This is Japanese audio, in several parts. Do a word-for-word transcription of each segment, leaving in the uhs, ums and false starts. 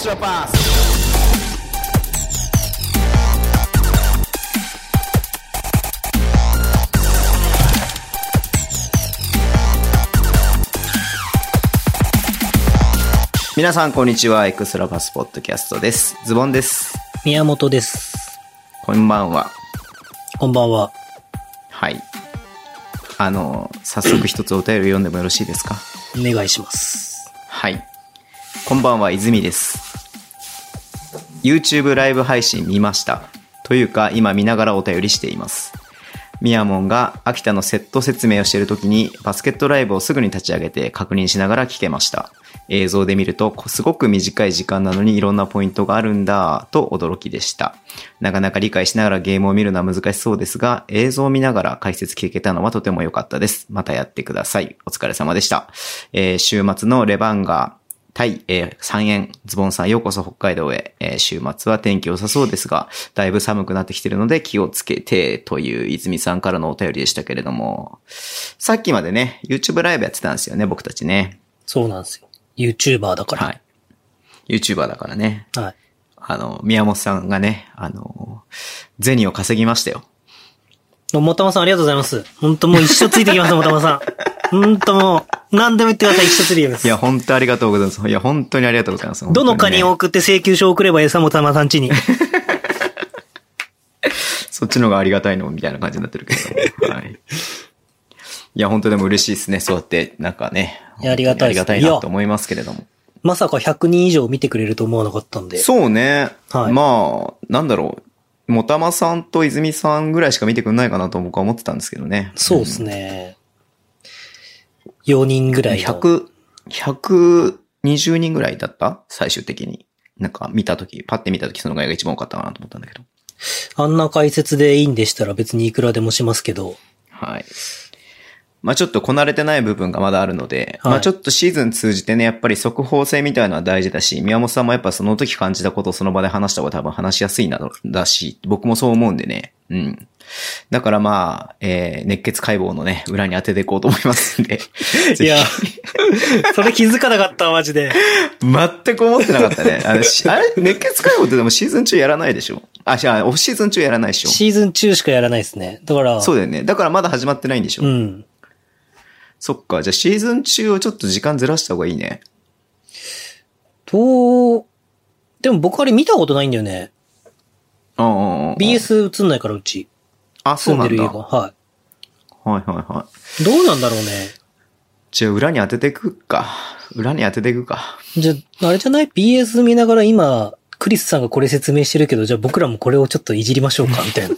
Extra Pass。皆さんこんにちは。エクストラパスポッドキャストです。ズボンです。 宮本です。 こんばんは。 こんばんは。 はい。あの早速一つお便り読んでもよろしいですか？ お願いします。 はい。こんばんは、泉です。YouTube ライブ配信見ました。というか今見ながらお便りしています。ミヤモンが秋田のセット説明をしているときにバスケットライブをすぐに立ち上げて確認しながら聞けました。映像で見るとすごく短い時間なのにいろんなポイントがあるんだと驚きでした。なかなか理解しながらゲームを見るのは難しそうですが、映像を見ながら解説聞けたのはとても良かったです。またやってください。お疲れ様でした。えー、週末のレバンガ対、えー、三円ズボンさんようこそ北海道へ、えー、週末は天気良さそうですがだいぶ寒くなってきているので気をつけてという泉さんからのお便りでしたけれども、さっきまでね YouTube ライブやってたんですよね、僕たちね。 そうなんですよ。YouTuber だから。 はい。YouTuber だからね。 はい。 あの、宮本さんがね、あの、銭を稼ぎましたよ。 もたまさんありがとうございます。本当もう一生ついてきます、もたまさん。本当もう、何でも言ってください、一生ついてきます。 いや、本当ありがとうございます。いや、本当にありがとうございます。ね、 どのカニを送って請求書を送れば餌もたまさん家に。 そっちの方がありがたいのみたいな感じになってるけど。はい。いや、本当でも嬉しいですね。そうやって、なんかね。 いや、ありがたいです。 ありがたいなと思いますけれども。 まさかひゃくにん以上見てくれると思わなかったんで。 そうね。 はい。 まあ、なんだろう。もたまさんと泉さんぐらいしか見てくんないかなと僕は思ってたんですけどね。 そうですね。うん、よにんぐらいの。 ひゃく、ひゃくにじゅうにんぐらいだった最終的に。なんか見たとき、パッて見たときそのぐらいが一番多かったかなと思ったんだけど。 あんな解説でいいんでしたら別にいくらでもしますけど。 はい。まあちょっとこなれてない部分がまだあるので、 はい、 まあちょっとシーズン通じてね、やっぱり速報性みたいなのは大事だし、宮本さんもやっぱその時感じたことをその場で話した方が多分話しやすいな、だし、僕もそう思うんでね。うん。だからまあ、えー、熱血解剖のね、裏に当てていこうと思いますんで。 いや、それ気づかなかった、マジで。 全く思ってなかったね。あれ、あれ熱血解剖ってでもシーズン中やらないでしょ？あ、じゃあ、オフシーズン中やらないでしょ？ シーズン中しかやらないですね。だから。 そうだよね。だからまだ始まってないんでしょ？ うん。 そっか。じゃあシーズン中をちょっと時間ずらした方がいいね。 と、でも僕あれ見たことないんだよね。 ああ。 ビーエス 映んないからうち。 あ、そうなんだ。 住んでる家が。はい。 はいはいはい。 どうなんだろうね。 じゃあ裏に当てていくか。裏に当てていくか。 じゃあ、あれじゃない？ ビーエス 見ながら今、クリスさんがこれ説明してるけど、じゃあ僕らもこれをちょっといじりましょうか、みたいな。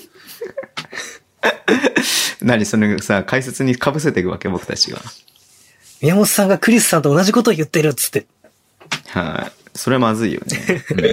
何そのさ、解説に被せていくわけ僕たちが。 宮本さんがクリスさんと同じことを言ってるっつって。 はい。それはまずいよね。うん、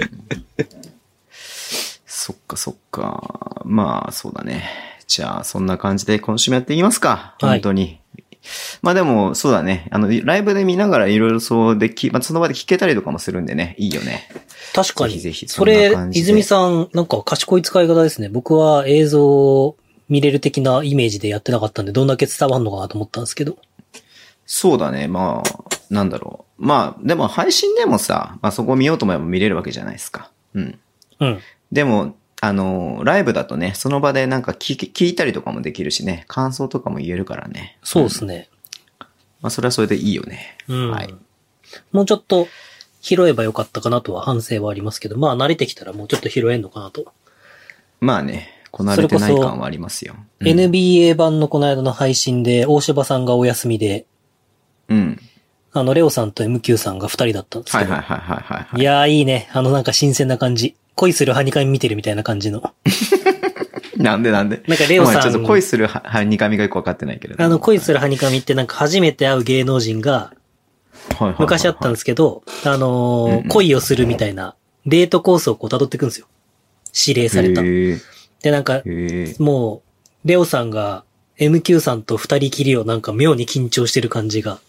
そっかそっか。まあそうだね。じゃあそんな感じで今週もやっていきますか。本当に。はい、まあでもそうだね。あのライブで見ながらいろいろそうでき、まあその場で聞けたりとかもするんでね。いいよね。 確かに。 ぜひぜひそれ、泉さん、なんか賢い使い方ですね。僕は映像見れる的なイメージでやってなかったんで、どんだけ伝わんのかなと思ったんですけど。 そうだね。まあ、なんだろう。まあ、でも配信でもさ、まあそこを見ようと思えば見れるわけじゃないですか。うん。 うん。 でも、あの、ライブだとね、その場でなんか聞き、聞いたりとかもできるしね、感想とかも言えるからね。 そうですね。 うん、まあそれはそれでいいよね。 うん。 はい。 もうちょっと拾えばよかったかなとは反省はありますけど、まあ慣れてきたらもうちょっと拾えんのかなと。 まあね。こなれてない感はありますよ。 うん、エヌビーエー 版のこの間の配信で、大柴さんがお休みで、 うん。 あの、レオさんと エムキュー さんがふたりだったんですけど。 はいはいはいはい、はい。 いやーいいね。あのなんか新鮮な感じ。恋するハニカミ見てるみたいな感じの。 なんでなんでなんかレオさん。 ちょっと恋するハニカミがよくわかってないけれど。 あの、恋するハニカミってなんか初めて会う芸能人が、昔あったんですけど、あのーうんうん、恋をするみたいなデートコースをこう辿っていくんですよ。指令された。で、なんか、もう、レオさんが エムキュー さんと二人きりをなんか妙に緊張してる感じが。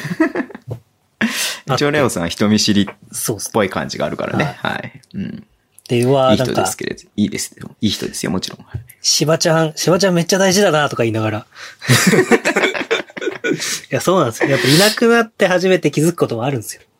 一応レオさんは人見知りっぽい感じがあるからね。はい。はい、うん。 で、うわーいい人ですけれど、いいですよ。いい人ですよ、もちろん。 しばちゃん、しばちゃんめっちゃ大事だなとか言いながら。いや、そうなんですよ。やっぱいなくなって初めて気づくこともあるんですよ。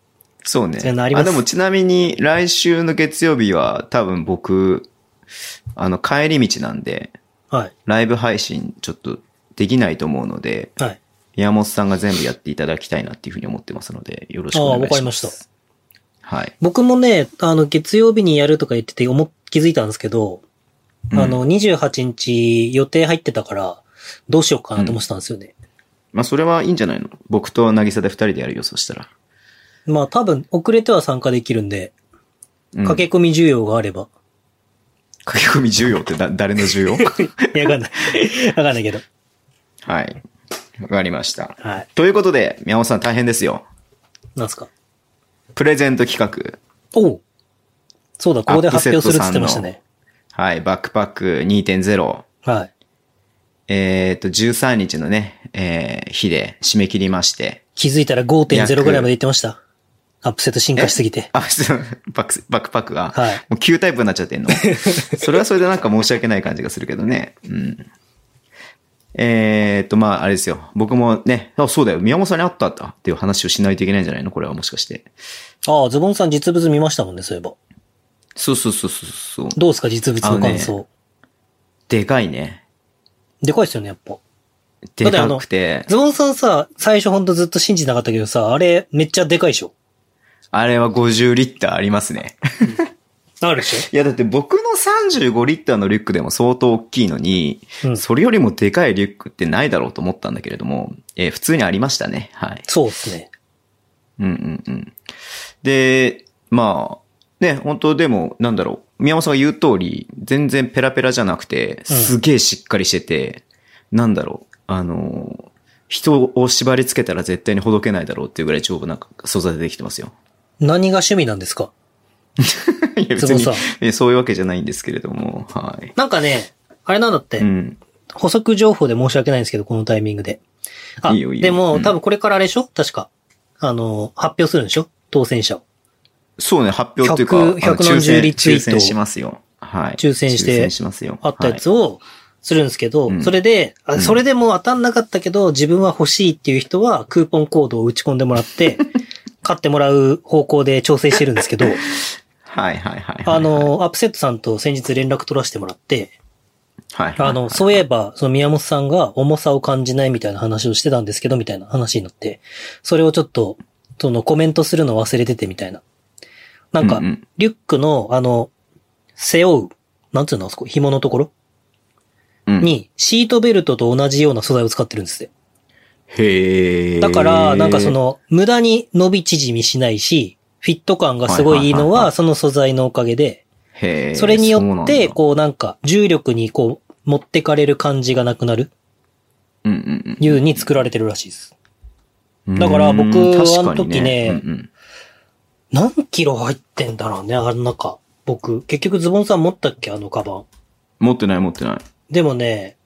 そうね。 そういうのあります。 あ、でもちなみに来週の月曜日は多分僕、あの、帰り道なんで、 はい。 ライブ配信ちょっとできないと思うので、 はい。 宮本さんが全部やっていただきたいなっていうふうに思ってますので、よろしくお願いします。ああ、わかりました。はい。 僕もね、あの、月曜日にやるとか言ってて思気づいたんですけど、うん、あの、にじゅうはちにち予定入ってたから、どうしようかなと思ってたんですよね。うん、 まあ、それはいいんじゃないの？僕と渚で二人でやるよ、そしたら。 まあ、多分、遅れては参加できるんで、うん、駆け込み需要があれば。 駆け込み需要ってだ、誰の需要？いや、わかんない。わかんないけど。 はい。わかりました。 はい。 ということで、宮本さん大変ですよ。 なんすか？ プレゼント企画。 おう。そうだ、ここで発表するって言ってましたね。 はい、バックパック にてんゼロ。 はい。 えっと、じゅうさんにちのね、えー、日で締め切りまして。 気づいたら ごてんゼロ ぐらいまで行ってました。アップセット進化しすぎて。 あ、そう、バック、バックパックが。 はい。 もうきゅうタイプになっちゃってんの。それはそれでなんか申し訳ない感じがするけどね。うん。えーっと、まあ、あれですよ。僕もね、あ、そうだよ。宮本さんに会ったんだっていう話をしないといけないんじゃないの？これはもしかして。 ああ、ズボンさん実物見ましたもんね、そういえば。 そうそうそうそう。 どうですか、実物の感想。ね、 でかいね。 でかいですよね、やっぱ。 でかくて。 ズボンさんさ、最初ほんとずっと信じなかったけどさ、あれめっちゃでかいでしょ。 あれはごじゅうリッターありますね。 あるでしょ。 いやだって僕のさんじゅうごリッターのリュックでも相当大きいのに、うん、それよりもでかいリュックってないだろうと思ったんだけれども、えー、普通にありましたね。はい。 そうですね。 うんうんうん。で、まあ、ね、本当でも、なんだろう、宮本さんが言う通り、全然ペラペラじゃなくて、すげえしっかりしてて、うん、なんだろう、あの、人を縛り付けたら絶対にほどけないだろうっていうぐらい丈夫な素材でできてますよ。 何が趣味なんですか？ いや別にえそういうわけじゃないんですけれども、はい。 なんかね、あれなんだって、うん、補足情報で申し訳ないんですけど、このタイミングで。あ、いいよいいよ。でも、うん、多分これからあれでしょ？確か。あの、発表するんでしょ？当選者を。 そうね、発表っていうか、 ひゃくなんじゅうリツイート。 抽選しますよ。はい。 抽選して、あったやつをするんですけど、はい、それで、うん、それでも当たんなかったけど、自分は欲しいっていう人は、クーポンコードを打ち込んでもらって、買ってもらう方向で調整してるんですけど、 はいはいはい、はい。 あの、アップセットさんと先日連絡取らせてもらって、 はい、はい。 あの、そういえば、その宮本さんが重さを感じないみたいな話をしてたんですけど、みたいな話になって、それをちょっと、そのコメントするの忘れててみたいな。なんか、うんうん、リュックの、あの、背負う、なんつうの、あそこ、紐のところ、うん、に、シートベルトと同じような素材を使ってるんですって。 へー。 だから、なんかその、無駄に伸び縮みしないし、フィット感がすごいいいのは、その素材のおかげで、 へー。 それによって、こうなんか、重力にこう、持ってかれる感じがなくなる。 うんうんうん。 いうに作られてるらしいです。だから僕、あの時ね、うんうん、何キロ入ってんだろうね、あの中。僕、結局ズボンさん持ったっけあのカバン。 持ってない持ってない。 でもね、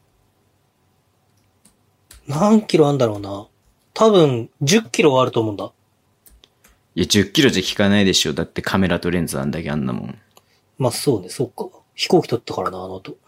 何キロあんだろうな。多分、じゅっキロはあると思うんだ。 いや、じゅっキロじゃ効かないでしょ。だってカメラとレンズあんだけあんなもん。 まあそうね、そっか。飛行機撮ったからな、あの後。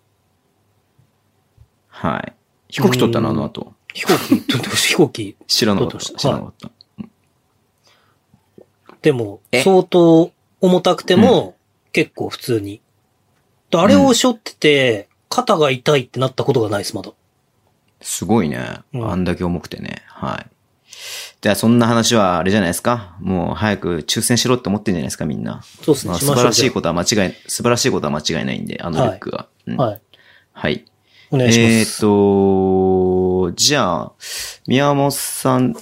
はい。飛行機撮ったのあの後。 飛行機、飛行機。 知らなかった。知らなかった。はい、 でも、相当重たくても、うん、結構普通に。あれを背負ってて、肩が痛いってなったことがないです、まだ。 すごいね。あんだけ重くてね。はい。じゃあそんな話はあれじゃないですか。もう早く抽選しろって思ってんじゃないですか、みんな。 そうですね。まあ、 素晴らしいことは間違い、素晴らしいことは間違いないんで、あのリュックが。 はい。うん、はい。 はい。 お願いします。 えーっと、じゃあ、宮本さん、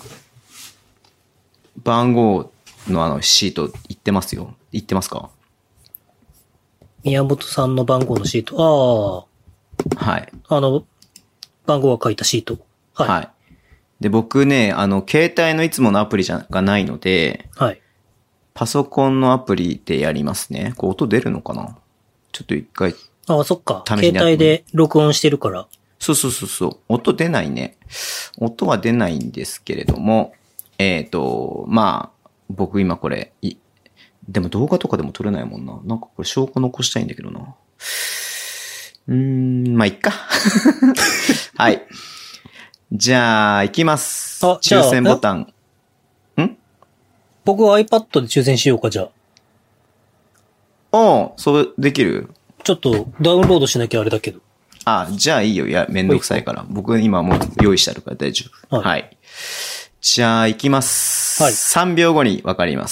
番号のあのシート言ってますよ。言ってますか？ 宮本さんの番号のシート。 ああ。はい。 あの、番号が書いたシート。はい。 はい。で、僕ね、あの、携帯のいつものアプリじゃがないので、 はい。 パソコンのアプリでやりますね。こう音出るのかな？ちょっと一回。 ああ、そっか。携帯で録音してるから。 そうそうそうそう。音出ないね。音は出ないんですけれども、えっと、まあ、僕今これ、い、でも動画とかでも撮れないもんな。なんかこれ証拠残したいんだけどな。うーん、まあ、いっか。はい。じゃあ、行きます。 あ、 抽選ボタン。ん僕は iPad で抽選しようか、じゃあ。ああ、そうできる？ ちょっとダウンロードしなきゃあれだけど。 ああ、じゃあいいよ。いや、めんどくさいから。僕今もう用意してあるから大丈夫。はい。はい、じゃあ行きます。はい。さんびょうごに分かります。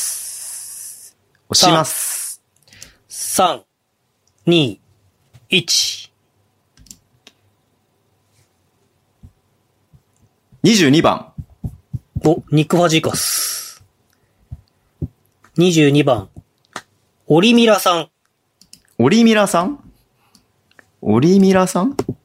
押します。 さん、に、いち。 にじゅうにばん。 お、ニック・ファジーカス。にじゅうにばん。オリミラさん。 オリミラさん？オリミラさん？ こ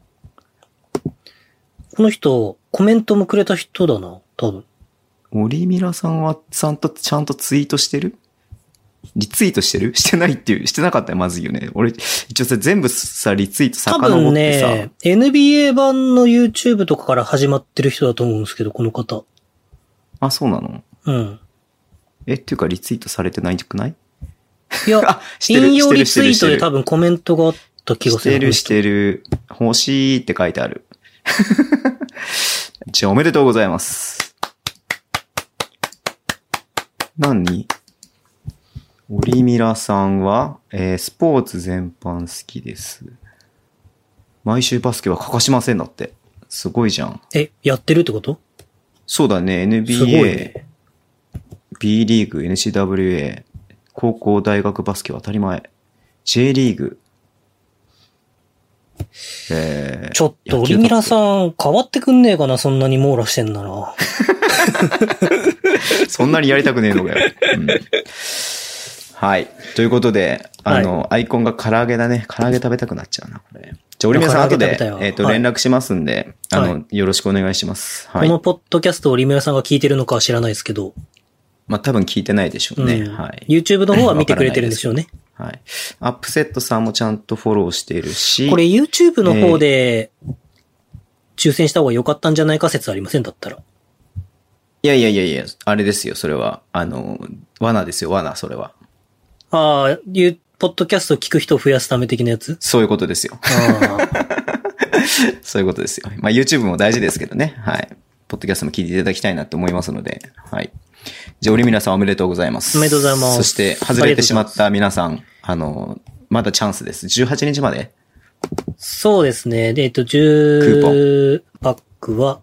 の人、コメントもくれた人だな、多分。 オリミラさんは、ちゃんと、ちゃんとツイートしてる？リツイートしてる？してないっていう、してなかったらまずいよね。俺、一応さ、全部さ、リツイート遡ってさ。多分ね、 エヌビーエー 版の YouTube とかから始まってる人だと思うんですけど、この方。 あ、そうなの？ うん。 え、っていうかリツイートされてないんじゃない？ いや、引用リツイートで多分コメントがあった気がする。 してるしてる。欲しいって書いてある。じゃあおめでとうございます。何？オリミラさんは、えー、スポーツ全般好きです。毎週バスケは欠かしませんだって。すごいじゃん。 え、やってるってこと？ そうだね。エヌビーエー、すごいね、B リーグ、エヌシーダブリューエー、高校大学バスケは当たり前。J リーグ。えー、 ちょっとオリミラさん変わってくんねえかな、そんなに網羅してんなら。 そんなにやりたくねえのかよ。うん、はい。ということで、あの、はい、アイコンが唐揚げだね。唐揚げ食べたくなっちゃうな、これ。じゃあ、オリミラさん後で、えっ、ー、と、連絡しますんで、はい、あの、よろしくお願いします。はい。 このポッドキャストオリミラさんが聞いてるのかは知らないですけど。 まあ、多分聞いてないでしょうね。うん、はい。 YouTube の方は見てくれてるんでしょうね。 はい。アップセットさんもちゃんとフォローしているし。 これ YouTube の方で、抽選した方が良かったんじゃないか説ありませんだったら。 いやいやいやいや、あれですよ、それは。あの、罠ですよ、罠、それは。 ああ、いう、ポッドキャストを聞く人を増やすため的なやつ？ そういうことですよ。あそういうことですよ。まあ YouTube も大事ですけどね。はい。ポッドキャストも聞いていただきたいなと思いますので。はい。じゃあ、オリミラさんおめでとうございます。 おめでとうございます。 そして、外れてしまった皆さん、あの、まだチャンスです。じゅうはちにちまで？ そうですね。で、えっと、じゅうパックは、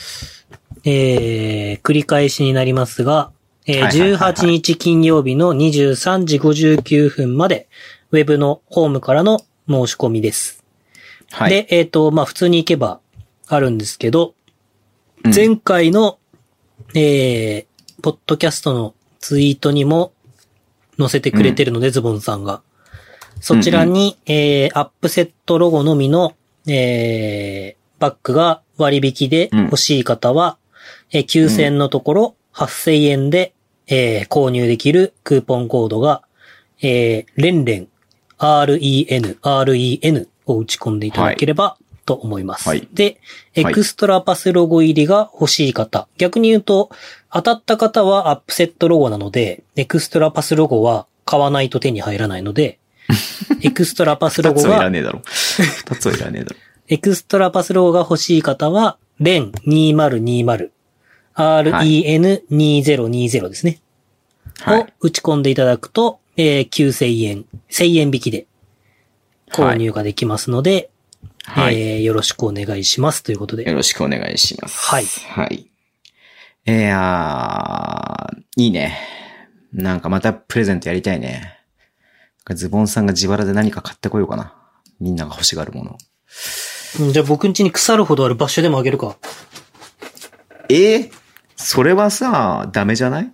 えー、繰り返しになりますが、えー、じゅうはちにち金曜日のにじゅうさんじごじゅうきゅうふんまで、ウェブのホームからの申し込みです。はい。で、えっと、まあ、普通に行けばあるんですけど、うん、前回の、えー、ポッドキャストのツイートにも載せてくれてるので、うん、ズボンさんが。そちらに、うんうん、えー、アップセットロゴのみの、えー、バッグが割引で欲しい方は、うん、えー、きゅうせんえんのところはっせんえんで、えー、購入できるクーポンコードが、えー、レンレン、アールイーエヌ、アールイーエヌ を打ち込んでいただければ、はいと思います。はい、で、エクストラパスロゴ入りが欲しい方。はい、逆に言うと、当たった方はアップセットロゴなので、エクストラパスロゴは買わないと手に入らないので、エクストラパスロゴが、 二つはいらねえだろ。二つはいらねえだろ。 エクストラパスロゴが欲しい方は、レンにせんにじゅう、アールイーエヌにせんにじゅう ですね。はい、を打ち込んでいただくと、えー、きゅうせんえん、せんえん引きで購入ができますので、はい、えー、よろしくお願いしますということで。 よろしくお願いします。 はい。 はい。いやー、いいね。なんかまたプレゼントやりたいね。ズボンさんが自腹で何か買ってこようかな。みんなが欲しがるもの。 じゃあ僕ん家に腐るほどあるバッシュでもあげるか。 えー、それはさ、ダメじゃない？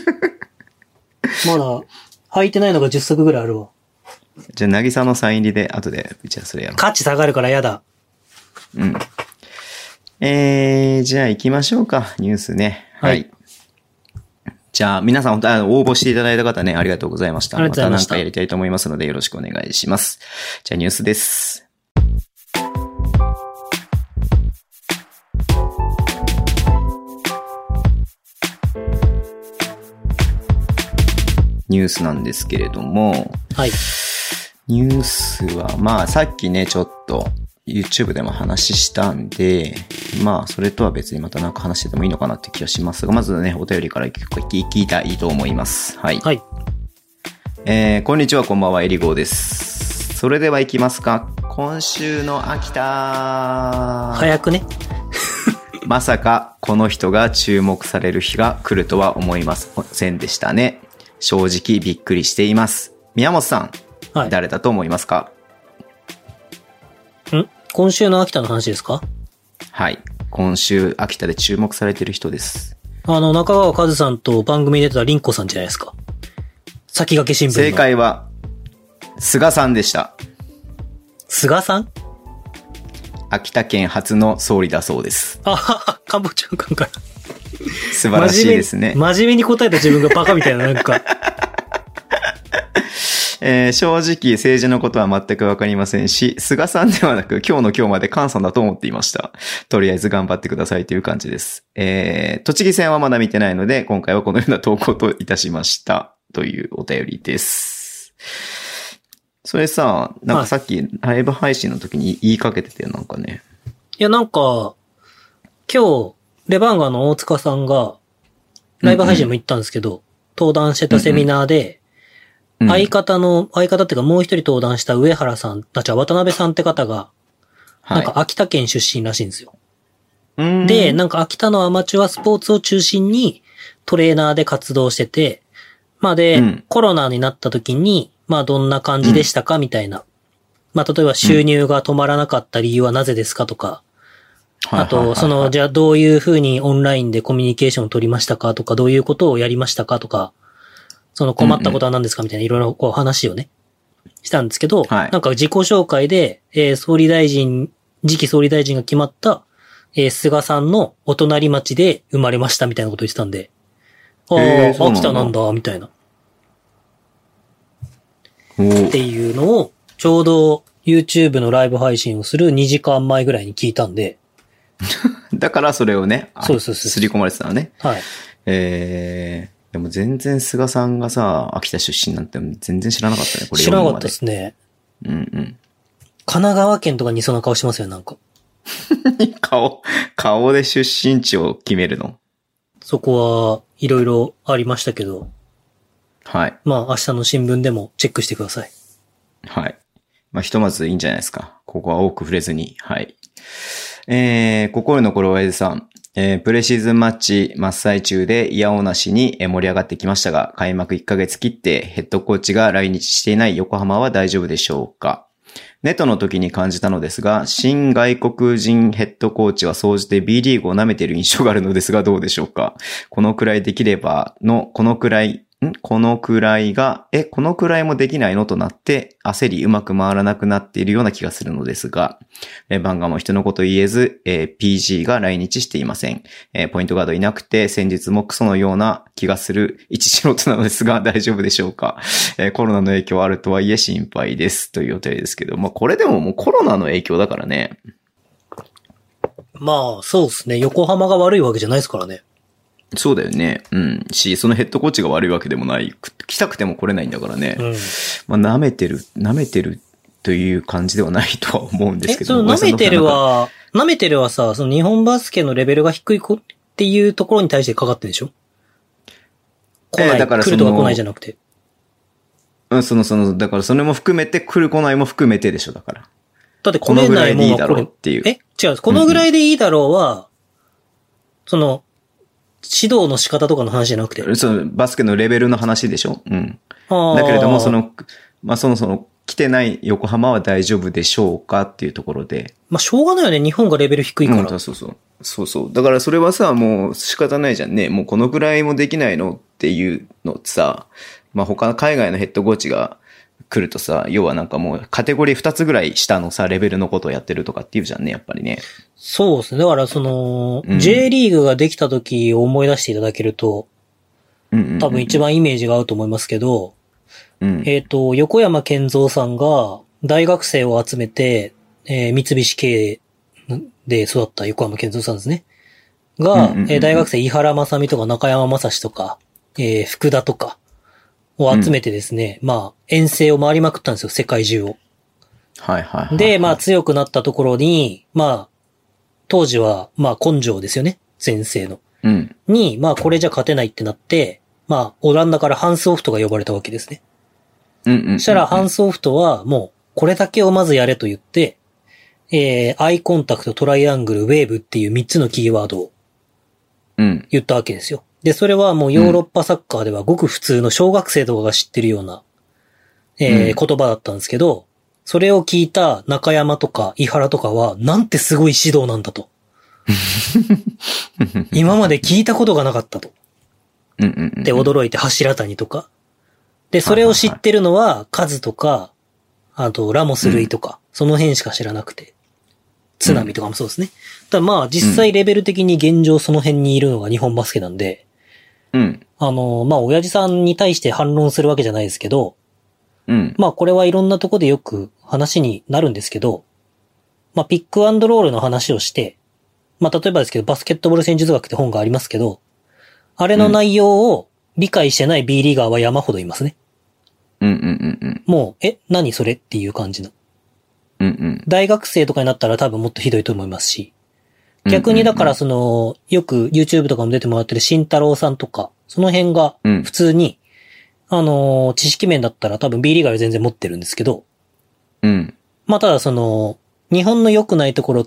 まだ履いてないのがじゅっさくぐらいあるわ。 じゃあ、なぎさのサイン入りで、後で、じゃあそれやろう。 価値下がるからやだ。 うん。えー、じゃあ行きましょうか、ニュースね。はい。はい、じゃあ、皆さん、本当応募していただいた方ね、ありがとうございました。 ありがとうございました。 また何かやりたいと思いますので、よろしくお願いします。じゃあ、ニュースです。ニュースなんですけれども、 はい。 ニュースは、まあ、さっきね、ちょっと、 YouTube でも話したんで、まあ、それとは別にまたなんか話しててもいいのかなって気がしますが、まずね、お便りから聞きたいと思います。はい。 はい。 えー、こんにちは、こんばんは、えりごーです。それでは行きますか。今週の秋田。 早くね。 まさか、この人が注目される日が来るとは思いませんでしたね。正直びっくりしています。宮本さん、はい、誰だと思いますか？ ん今週の秋田の話ですか？ はい。今週、秋田で注目されてる人です。 あの、中川和さんと番組に出てた凛子さんじゃないですか。先駆け新聞の。 正解は、菅さんでした。 菅さん？ 秋田県初の総理だそうです。 あはは、官房長官から。 素晴らしいですね。 真面目、真面目に答えた自分がバカみたいな、なんか。 えー、正直政治のことは全くわかりませんし、菅さんではなく今日の今日まで菅さんだと思っていました。とりあえず頑張ってくださいという感じです。えー、栃木戦はまだ見てないので、今回はこのような投稿といたしました。というお便りです。それさ、なんかさっきライブ配信の時に言いかけててなんかね。 いやなんか、今日、レバンガの大塚さんが、ライブ配信も行ったんですけど、うんうん、登壇してたセミナーで、うんうん相方の、相方っていうかもう一人登壇した上原さん、あ、じゃ渡辺さんって方が、なんか秋田県出身らしいんですよ。はい、で、なんか秋田のアマチュアスポーツを中心にトレーナーで活動してて、まあで、うん、コロナになった時に、まあどんな感じでしたかみたいな。まあ例えば収入が止まらなかった理由はなぜですかとか、あと、その、じゃあどういうふうにオンラインでコミュニケーションを取りましたかとか、どういうことをやりましたかとか、その困ったことは何ですかみたいないろいろこう話をね、したんですけど、はい、なんか自己紹介で、えー、総理大臣、次期総理大臣が決まった、えー、菅さんのお隣町で生まれましたみたいなこと言ってたんで、ああ、秋田なんだ、みたいな。っていうのを、ちょうど YouTube のライブ配信をするにじかんまえぐらいに聞いたんで。 だからそれをね、 そうそうそう。 すり込まれてたのね。 はい。 えー。でも全然菅さんがさ、秋田出身なんて全然知らなかったね、これ。 知らなかったですね。 うんうん。 神奈川県とかにそんな顔してますよ、なんか。 顔、顔で出身地を決めるの？ そこはいろいろありましたけど。 はい。 まあ明日の新聞でもチェックしてください。 はい。まあひとまずいいんじゃないですか。ここは多く触れずに。はい。えー、心の頃親父さん。えー、プレシーズンマッチ真っ最中でいやおうなしに盛り上がってきましたが、開幕いっかげつ切ってヘッドコーチが来日していない横浜は大丈夫でしょうか？ネトの時に感じたのですが、新外国人ヘッドコーチは総じて B リーグを舐めている印象があるのですがどうでしょうか？このくらいできればの、このくらい、んこのくらいが、え、このくらいもできないのとなって、焦りうまく回らなくなっているような気がするのですが、え、バンガも人のこと言えず、えー、ピージー が来日していません。えー、ポイントガードいなくて、先日もクソのような気がする一素人なのですが、大丈夫でしょうか？えー、コロナの影響あるとはいえ心配です。という予定ですけど、まあ、これでももうコロナの影響だからね。 まあ、そうですね。横浜が悪いわけじゃないですからね。 そうだよね。うん。し、そのヘッドコーチが悪いわけでもない。来たくても来れないんだからね。うん。まあ、舐めてる、舐めてるという感じではないとは思うんですけど。 え、その舐めてるは、舐めてるはさ、その日本バスケのレベルが低いっていうところに対してかかってるでしょ？来ない、えー、だから来るとか来ないじゃなくて。 うん、その、その、だからそれも含めて、来る来ないも含めてでしょ、だから。 だって来れないもんはこれ、 っていう。 え違う、このぐらいでいいだろうは、うんうん、その、指導の仕方とかの話じゃなくて。 そのバスケのレベルの話でしょ？うん。だけれども、その、まあ、そのその、来てない横浜は大丈夫でしょうかっていうところで。 まあ、しょうがないよね。日本がレベル低いから。うん、 そうそう。そうそう。だからそれはさ、もう仕方ないじゃんね。もうこのくらいもできないのっていうのってさ、まあ、他の海外のヘッドコーチが来るとさ、要はなんかもうカテゴリーふたつぐらい下のさ、レベルのことをやってるとかっていうじゃんね、やっぱりね。 そうですね。だからその、うん、J リーグができた時を思い出していただけると、うんうんうんうん、多分一番イメージが合うと思いますけど、うん、えっと、横山健三さんが大学生を集めて、えー、三菱系で育った横山健三さんですね。が、うんうんうんうん、えー、大学生井原正美とか中山正史とか、えー、福田とかを集めてですね、うん、まあ、遠征を回りまくったんですよ、世界中を。 はいはいはい、はい。 で、まあ強くなったところに、まあ、当時は、まあ根性ですよね。前世の。 うん。 に、まあこれじゃ勝てないってなって、まあオランダからハンス・オフトが呼ばれたわけですね。 うんうんうんうん。 そしたらハンス・オフトはもうこれだけをまずやれと言って、えー、アイコンタクト、トライアングル、ウェーブっていうみっつのキーワードを言ったわけですよ。で、それはもうヨーロッパサッカーではごく普通の小学生とかが知ってるような、えー、言葉だったんですけど、それを聞いた中山とか井原とかは、なんてすごい指導なんだと。今まで聞いたことがなかったと。で、驚いて柱谷とか。で、それを知ってるのは、カズとか、あと、ラモス類とか、その辺しか知らなくて。津波とかもそうですね。ただまあ、実際レベル的に現状その辺にいるのが日本バスケなんで、 うん。 あの、まあ、親父さんに対して反論するわけじゃないですけど、 うん。 まあ、これはいろんなとこでよく話になるんですけど、まあ、ピックアンドロールの話をして、まあ、例えばですけど、バスケットボール戦術学って本がありますけど、あれの内容を理解してない B リーガーは山ほどいますね。 うんうんうんうん。 もう、え、何それっていう感じの。 うんうん。 大学生とかになったら多分もっとひどいと思いますし、逆にだからその、よく YouTube とかも出てもらってる慎太郎さんとか、その辺が普通に、うん、あの、知識面だったら多分 B リーガーより全然持ってるんですけど、 うん。 まあただその、日本の良くないところって、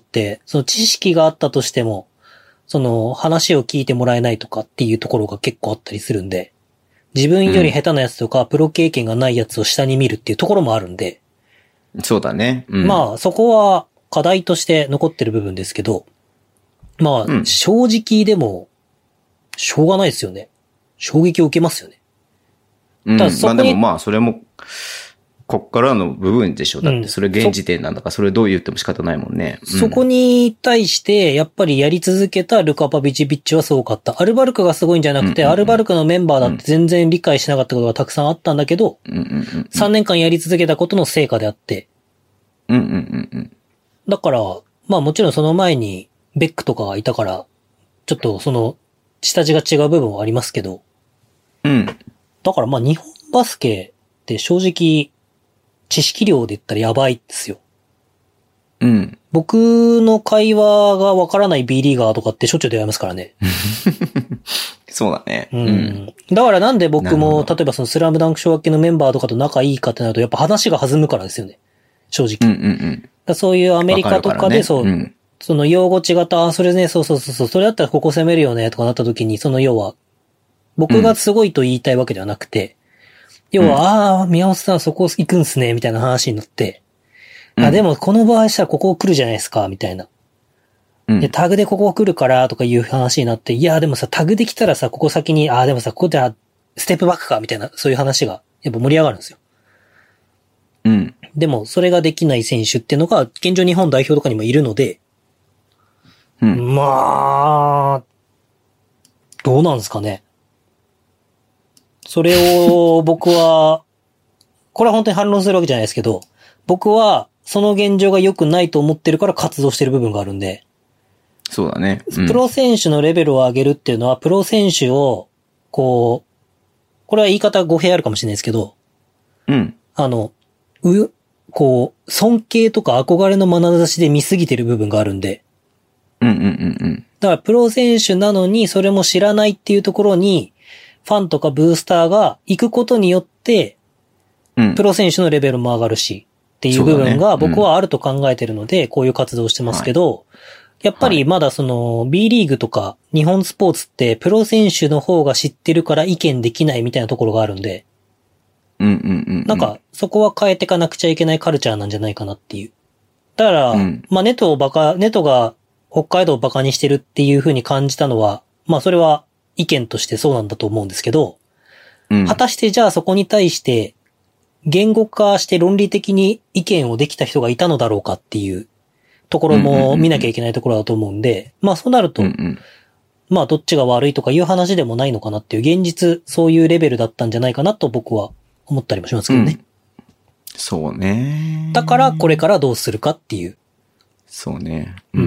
その知識があったとしても、その話を聞いてもらえないとかっていうところが結構あったりするんで、自分より下手なやつとか、うん、プロ経験がないやつを下に見るっていうところもあるんで、 そうだね。 うん、まあそこは課題として残ってる部分ですけど、まあ、うん、正直でも、しょうがないですよね。衝撃を受けますよね。 うん。ただそこにまあでもまあ、それも、こっからの部分でしょ。だって、それ現時点なんだから、それどう言っても仕方ないもんね。 そ、うん、そこに対して、やっぱりやり続けたルカ・パビチビッチはすごかった。アルバルクがすごいんじゃなくて、うんうんうん、アルバルクのメンバーだって全然理解しなかったことがたくさんあったんだけど、 うんうんうんうん、 さんねんかんやり続けたことの成果であって。 うんうんうんうん、 だから、まあもちろんその前に、ベックとかがいたから、ちょっとその、下地が違う部分はありますけど。 うん。 だからまあ日本バスケって正直、知識量で言ったらやばいですよ。 うん。 僕の会話がわからない B リーガーとかってしょっちゅう出会いますからね。 そうだね。 うん。うん、だからなんで僕も、例えばそのスラムダンク小学系のメンバーとかと仲いいかってなると、やっぱ話が弾むからですよね。正直。 うんうんうん。 だそういうアメリカとかで、ね、そう、うん、その用語違った、あ、それね、そうそうそうそう、それだったらここ攻めるよね、とかなった時に、その要は、僕がすごいと言いたいわけではなくて、うん、要は、ああ、宮本さんそこ行くんすね、みたいな話になって、うん、あ、でもこの場合したらここ来るじゃないですか、みたいな。うん、で、タグでここ来るから、とかいう話になって、いや、でもさ、タグで来たらさ、ここ先に、ああ、でもさ、ここでステップバックか、みたいな、そういう話が、やっぱ盛り上がるんですよ。 うん。 でも、それができない選手っていうのが、現状日本代表とかにもいるので、 うん、 まあ、どうなんですかね。それを僕は、これは本当に反論するわけじゃないですけど、僕はその現状が良くないと思ってるから活動してる部分があるんで。 そうだね。 うん、プロ選手のレベルを上げるっていうのは、プロ選手を、こう、これは言い方語弊あるかもしれないですけど、 うん。 あの、う、こう、尊敬とか憧れの眼差しで見すぎてる部分があるんで。 うんうんうんうん。 だからプロ選手なのにそれも知らないっていうところに、ファンとかブースターが行くことによって、うん、プロ選手のレベルも上がるし、っていう部分が僕はあると考えてるので、こういう活動をしてますけど、やっぱりまだその B リーグとか日本スポーツってプロ選手の方が知ってるから意見できないみたいなところがあるんで、 うんうんうん。 なんかそこは変えていかなくちゃいけないカルチャーなんじゃないかなっていう。だから、まあネトをバカ、ネトが北海道をバカにしてるっていう風に感じたのは、まあそれは意見としてそうなんだと思うんですけど、果たしてじゃあそこに対して言語化して論理的に意見をできた人がいたのだろうかっていうところも見なきゃいけないところだと思うんで、まあそうなると、まあどっちが悪いとかいう話でもないのかなっていう、現実そういうレベルだったんじゃないかなと僕は思ったりもしますけどね。 うん、そうね。 だからこれからどうするかっていう。 そうね。 うん。うん、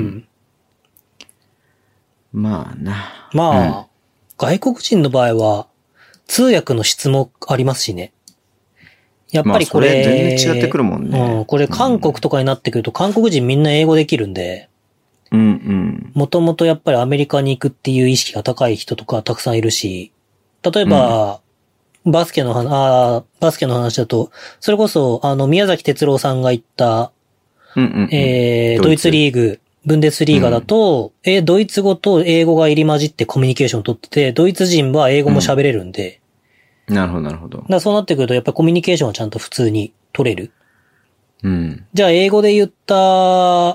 まあな。 まあ、うん、外国人の場合は通訳の質もありますしね。 やっぱりこれ、 まあ、それ全然違ってくるもんね。 うん、これ韓国とかになってくると、韓国人みんな英語できるんで、 うんうん。 もともとやっぱりアメリカに行くっていう意識が高い人とかたくさんいるし、例えば、うん、バスケの話、あバスケの話だと、それこそ、あの、宮崎哲郎さんが言った、 うんうんうん、 えー、ドイツリーグ、ブンデスリーガだと、うん、えー、ドイツ語と英語が入り混じってコミュニケーションを取ってて、ドイツ人は英語も喋れるんで、 うん、なるほどなるほど。 だからそうなってくると、やっぱりコミュニケーションはちゃんと普通に取れる。 うん。 じゃあ英語で言った、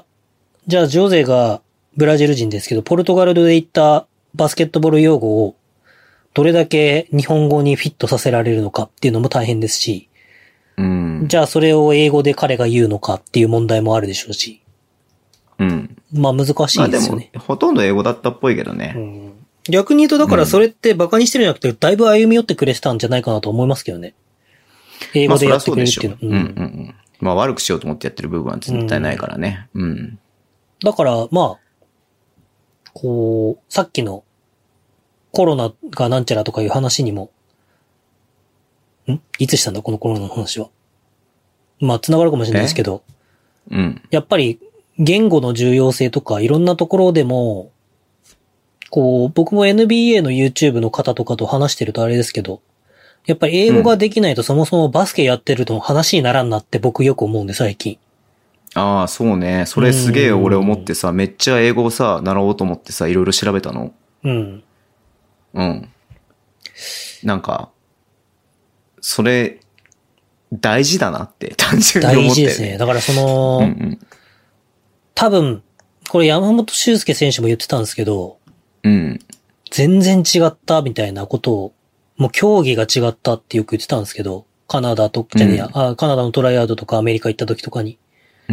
じゃあジョゼがブラジル人ですけど、ポルトガルで言ったバスケットボール用語をどれだけ日本語にフィットさせられるのかっていうのも大変ですし、 うん、 じゃあそれを英語で彼が言うのかっていう問題もあるでしょうし。 うん。 まあ難しいですよね。まあでもほとんど英語だったっぽいけどね。 うん、逆に言うとだからそれってバカにしてるんじゃなくて、だいぶ歩み寄ってくれてたんじゃないかなと思いますけどね。英語でやってくれるっていうのは。 まあ、うんうんうん。まあ悪くしようと思ってやってる部分は絶対ないからね。うん。うん、 だからまあ、こう、さっきのコロナがなんちゃらとかいう話にも、んいつしたんだこのコロナの話は。まあ繋がるかもしれないですけど、 うん。 やっぱり言語の重要性とかいろんなところでも、こう、僕も エヌビーエー の YouTube の方とかと話してるとあれですけど、やっぱり英語ができないとそもそもバスケやってると話にならんなって僕よく思うんで最近。 ああ、そうね。それすげえ俺思ってさ、めっちゃ英語をさ、習おうと思ってさ、いろいろ調べたの。 うん。 うん。なんか、それ、大事だなって単純に思って、ね。 大事ですね。だからその、 うんうん、 多分、これ山本修介選手も言ってたんですけど、 うん。 全然違ったみたいなことを、もう競技が違ったってよく言ってたんですけど、カナダと、じゃねえや、あ、カナダのトライアウトとかアメリカ行った時とかに。 うん。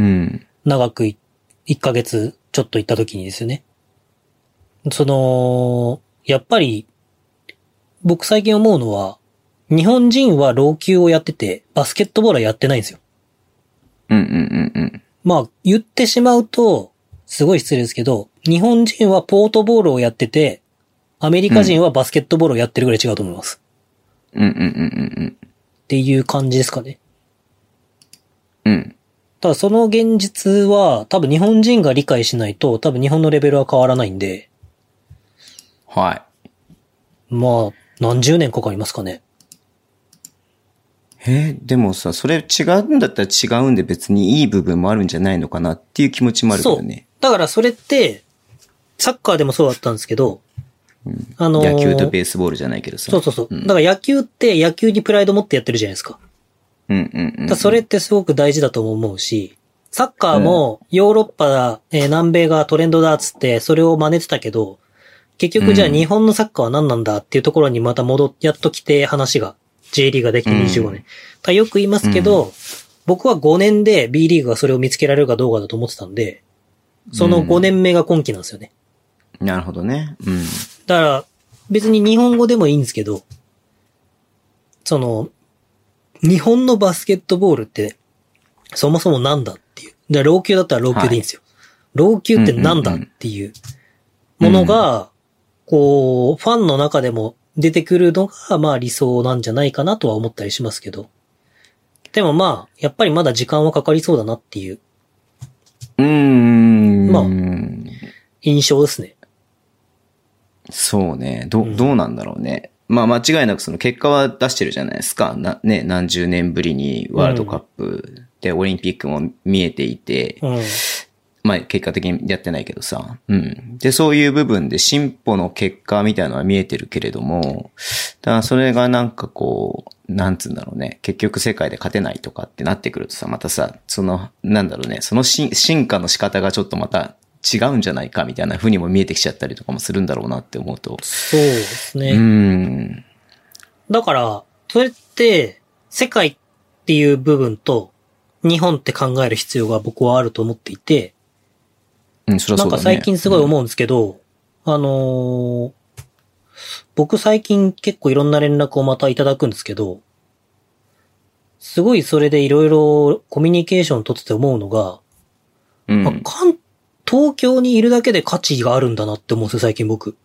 長くい、いっかげつちょっと行った時にですよね。その、やっぱり、僕最近思うのは、日本人は浪球をやってて、バスケットボールはやってないんですよ。 うんうんうんうん。 まあ、言ってしまうと、すごい失礼ですけど、日本人はポートボールをやってて、アメリカ人はバスケットボールをやってるぐらい違うと思います。 うんうんうんうんうん。 っていう感じですかね。 うん。 ただその現実は多分日本人が理解しないと多分日本のレベルは変わらないんで。 はい。 まあ、何十年かかりますかね。 えー、でもさ、それ違うんだったら違うんで別にいい部分もあるんじゃないのかなっていう気持ちもあるけどね。 そう。だからそれって、サッカーでもそうだったんですけど、 うん、 あのー、 野球とベースボールじゃないけどさ。 そうそうそう。うん、だから野球って野球にプライド持ってやってるじゃないですか。 うんうんうん、うん。 だそれってすごく大事だと思うし、サッカーもヨーロッパ、えー、南米がトレンドだっつってそれを真似てたけど、結局じゃあ日本のサッカーは何なんだっていうところにまた戻っ、やっと来て話が J リーグができてにじゅうごねん。うん、よく言いますけど、うん、僕はごねんで B リーグがそれを見つけられるかどうかだと思ってたんで、そのごねんめが今期なんですよね。 うん、なるほどね。うん。 だから別に日本語でもいいんですけど、その、日本のバスケットボールってそもそもなんだっていう。だから浪球だったら浪球でいいんですよ。はい、浪球ってなんだっていうものが、こう、ファンの中でも出てくるのが、まあ理想なんじゃないかなとは思ったりしますけど。でもまあ、やっぱりまだ時間はかかりそうだなっていう。 うーん。 まあ、印象ですね。 そうね。ど、どうなんだろうね。うん、まあ間違いなくその結果は出してるじゃないですか。な、ね、何十年ぶりにワールドカップでオリンピックも見えていて、 うん、 まあ結果的にやってないけどさ。うん。で、そういう部分で進歩の結果みたいなのは見えてるけれども、だからそれがなんかこう、なんつうんだろうね。結局世界で勝てないとかってなってくるとさ、またさ、その、なんだろうね。その進化の仕方がちょっとまた違うんじゃないかみたいな風にも見えてきちゃったりとかもするんだろうなって思うと。 そうですね。 うん。 だから、それって、世界っていう部分と、日本って考える必要が僕はあると思っていて、 うん、そりゃそうだね。 なんか最近すごい思うんですけど、うん、あのー、僕最近結構いろんな連絡をまたいただくんですけど、すごいそれでいろいろコミュニケーション取ってて思うのが、 うん、 あ、関東京にいるだけで価値があるんだなって思うんですよ、最近僕。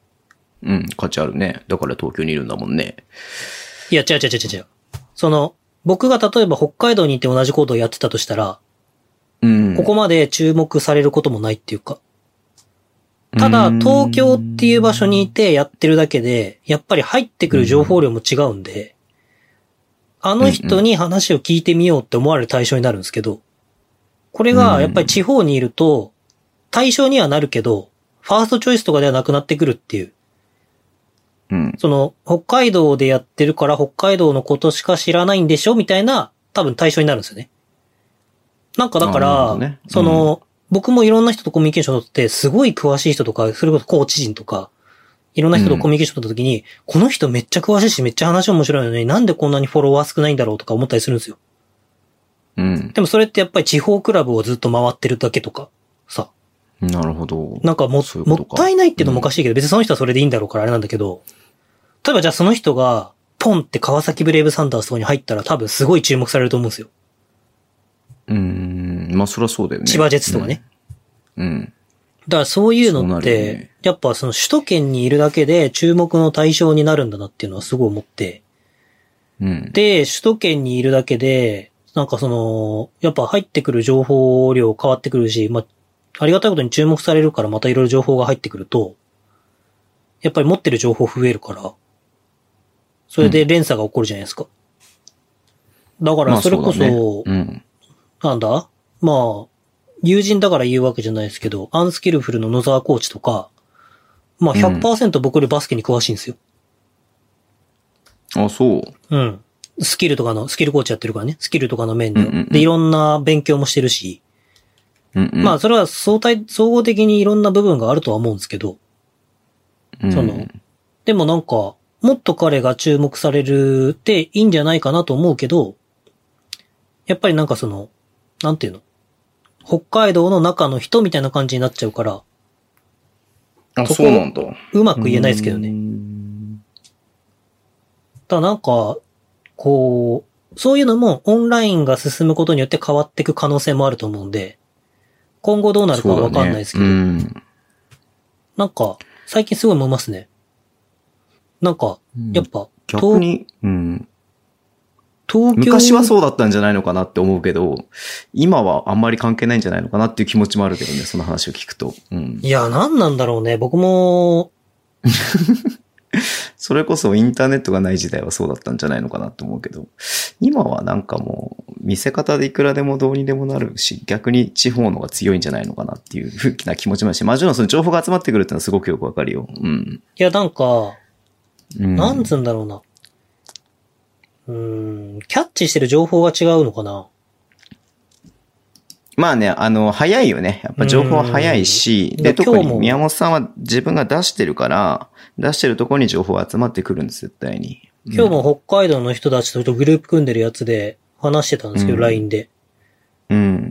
うん、価値あるね。だから東京にいるんだもんね。 いや、違う違う違う違う。その、 僕が例えば北海道に行って同じことをやってたとしたら、 うん。 ここまで注目されることもないっていうか。ただ、東京っていう場所にいてやってるだけで、やっぱり入ってくる情報量も違うんで、あの人に話を聞いてみようって思われる対象になるんですけど、これがやっぱり地方にいると、対象にはなるけど、ファーストチョイスとかではなくなってくるっていう。 うん。 その、北海道でやってるから北海道のことしか知らないんでしょみたいな、多分対象になるんですよね。なんかだから、ね、うん、その、僕もいろんな人とコミュニケーションを取って、すごい詳しい人とか、それこそコーチ陣とか、いろんな人とコミュニケーションを取った時に、うん、この人めっちゃ詳しいし、めっちゃ話面白いのに、なんでこんなにフォロワー少ないんだろうとか思ったりするんですよ。 うん。 でもそれってやっぱり地方クラブをずっと回ってるだけとか、さ。 なるほど。 なんかも、ううもったいないっていうのもおかしいけど、うん、別にその人はそれでいいんだろうからあれなんだけど、例えばじゃあその人が、ポンって川崎ブレイブサンダースとかに入ったら多分すごい注目されると思うんですよ。 うーん、まあそりゃそうだよね。 千葉ジェッツとかね。 うん。うん、 だからそういうのって、ね、やっぱその首都圏にいるだけで注目の対象になるんだなっていうのはすごい思って。 うん。 で、首都圏にいるだけで、なんかその、やっぱ入ってくる情報量変わってくるし、まあ、ありがたいことに注目されるからまたいろいろ情報が入ってくると、やっぱり持ってる情報増えるから、それで連鎖が起こるじゃないですか。うん、だからそれこそ、まあそうだね、うん、なんだまあ、友人だから言うわけじゃないですけど、アンスキルフルの野沢コーチとか、まあ ひゃくパーセント 僕よりバスケに詳しいんですよ。 うん、あ、そう。 うん。スキルとかの、スキルコーチやってるからね。スキルとかの面で。うんうんうん、で、いろんな勉強もしてるし。 うんうん、 まあ、それは相対、総合的にいろんな部分があるとは思うんですけど。 うん、 その、でもなんか、もっと彼が注目されるっていいんじゃないかなと思うけど、やっぱりなんかその、なんていうの北海道の中の人みたいな感じになっちゃうから。 あ、そうなんだ。 うまく言えないですけどね。ただなんか、こう、そういうのもオンラインが進むことによって変わっていく可能性もあると思うんで、今後どうなるかはわかんないですけど、ね、うん、なんか、最近すごい思いますね。なんか、やっぱ、 逆に、うん、 東京昔はそうだったんじゃないのかなって思うけど、今はあんまり関係ないんじゃないのかなっていう気持ちもあるけどね、その話を聞くと。うん、 いや、なんなんだろうね。僕も、 それこそインターネットがない時代はそうだったんじゃないのかなと思うけど、今はなんかもう見せ方でいくらでもどうにでもなるし、逆に地方の方が強いんじゃないのかなっていうふうな気持ちもあるし、もちろんその情報が集まってくるってのはすごくよくわかるよ。うん。 いや、なんか、 うん、 なんつうんだろうな。うーん、キャッチしてる情報が違うのかな。 まあね、あの、早いよね。やっぱ情報は早いし、で、特に宮本さんは自分が出してるから、出してるところに情報が集まってくるんです、絶対に。 今日も北海道の人たちとグループ組んでるやつで話してたんですけど、うん、ライン で。 うん。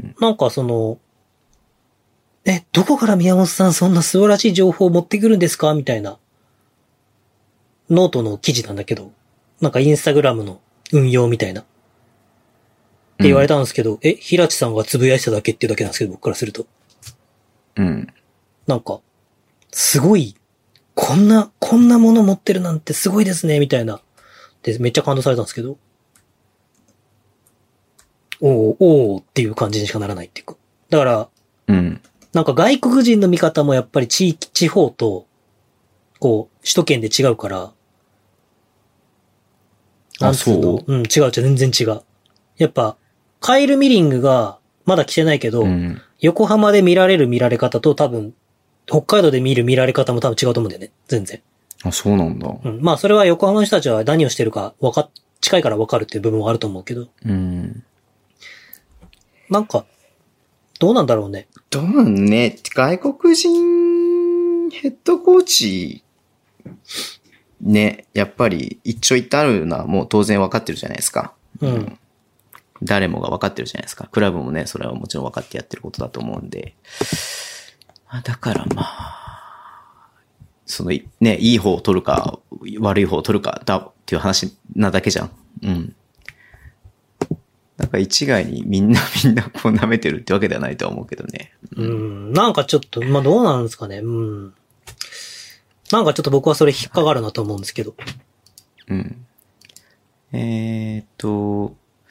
なんかその、え、どこから宮本さんそんな素晴らしい情報を持ってくるんですかみたいな。ノートの記事なんだけど、なんかインスタグラムの運用みたいな。って言われたんですけど、うん、え、平地さんがつぶやいてただけっていうだけなんですけど、僕からすると。 うん。 なんか、すごい、こんな、こんなもの持ってるなんてすごいですね、みたいな。で、めっちゃ感動されたんですけど、おー、おーっていう感じにしかならないっていうか。だから、 うん。 なんか外国人の見方もやっぱり地域、地方と、こう、首都圏で違うから、 あ、そううん、違う違う、全然違う。やっぱ、カイル・ミリングが、まだ来てないけど、うん、横浜で見られる見られ方と多分、北海道で見る見られ方も多分違うと思うんだよね。全然。 あ、そうなんだ。 うん。まあ、それは横浜の人たちは何をしてるかわか、近いからわかるっていう部分はあると思うけど。 うん。 なんか、どうなんだろうね。 どうなんね。外国人ヘッドコーチ、ね、やっぱり一長一短あるのはもう当然わかってるじゃないですか。 うん。うん、 誰もが分かってるじゃないですか。クラブもね、それはもちろん分かってやってることだと思うんで。だからまあ、そのね、いい方を取るか、悪い方を取るかだっていう話なだけじゃん。うん。なんか一概にみんなみんなこう舐めてるってわけではないとは思うけどね。 うん、うんなんかちょっと、まあどうなんですかね。うん。なんかちょっと僕はそれ引っかかるなと思うんですけど。 うん。えーっと、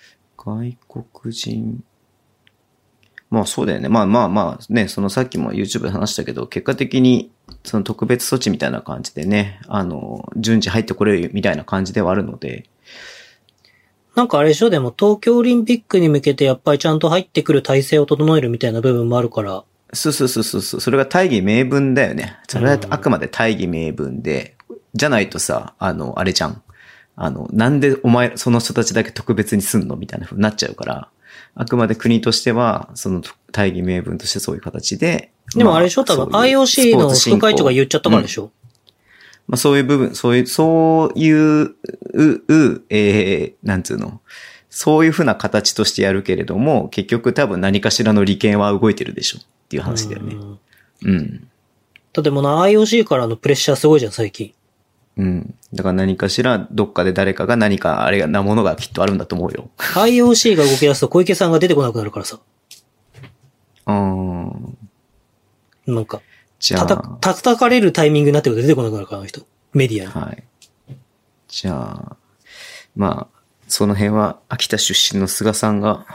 外国人。まあそうだよね。まあまあまあね、そのさっきも YouTube で話したけど、結果的にその特別措置みたいな感じでね、あの、順次入ってこれるみたいな感じではあるので。 なんかあれでしょ、でも東京オリンピックに向けてやっぱりちゃんと入ってくる体制を整えるみたいな部分もあるから。 そうそうそうそう。それが大義名分だよね。それはあくまで大義名分で、じゃないとさ、あの、あれじゃん。あの、なんでお前、その人たちだけ特別にすんのみたいな風になっちゃうから、あくまで国としては、その大義名分としてそういう形で。 でもあれでしょ、まあ、多分 アイオーシー の副会長が言っちゃったからでしょ、うん、 まあそういう部分、そういう、そういう、う、う、えー、なんつうの。そういう風な形としてやるけれども、結局多分何かしらの利権は動いてるでしょっていう話だよね。うん。うん、 だってもうな、アイオーシー からのプレッシャーすごいじゃん、最近。 うん。だから何かしら、どっかで誰かが何かあれなものがきっとあるんだと思うよ。 アイオーシー が動き出すと小池さんが出てこなくなるからさ。 うーん。 なんか、 じゃあ、 たた、叩かれるタイミングになってくると出てこなくなるから、あの人。メディアに。 はい。じゃあ、まあ、その辺は秋田出身の菅さんが、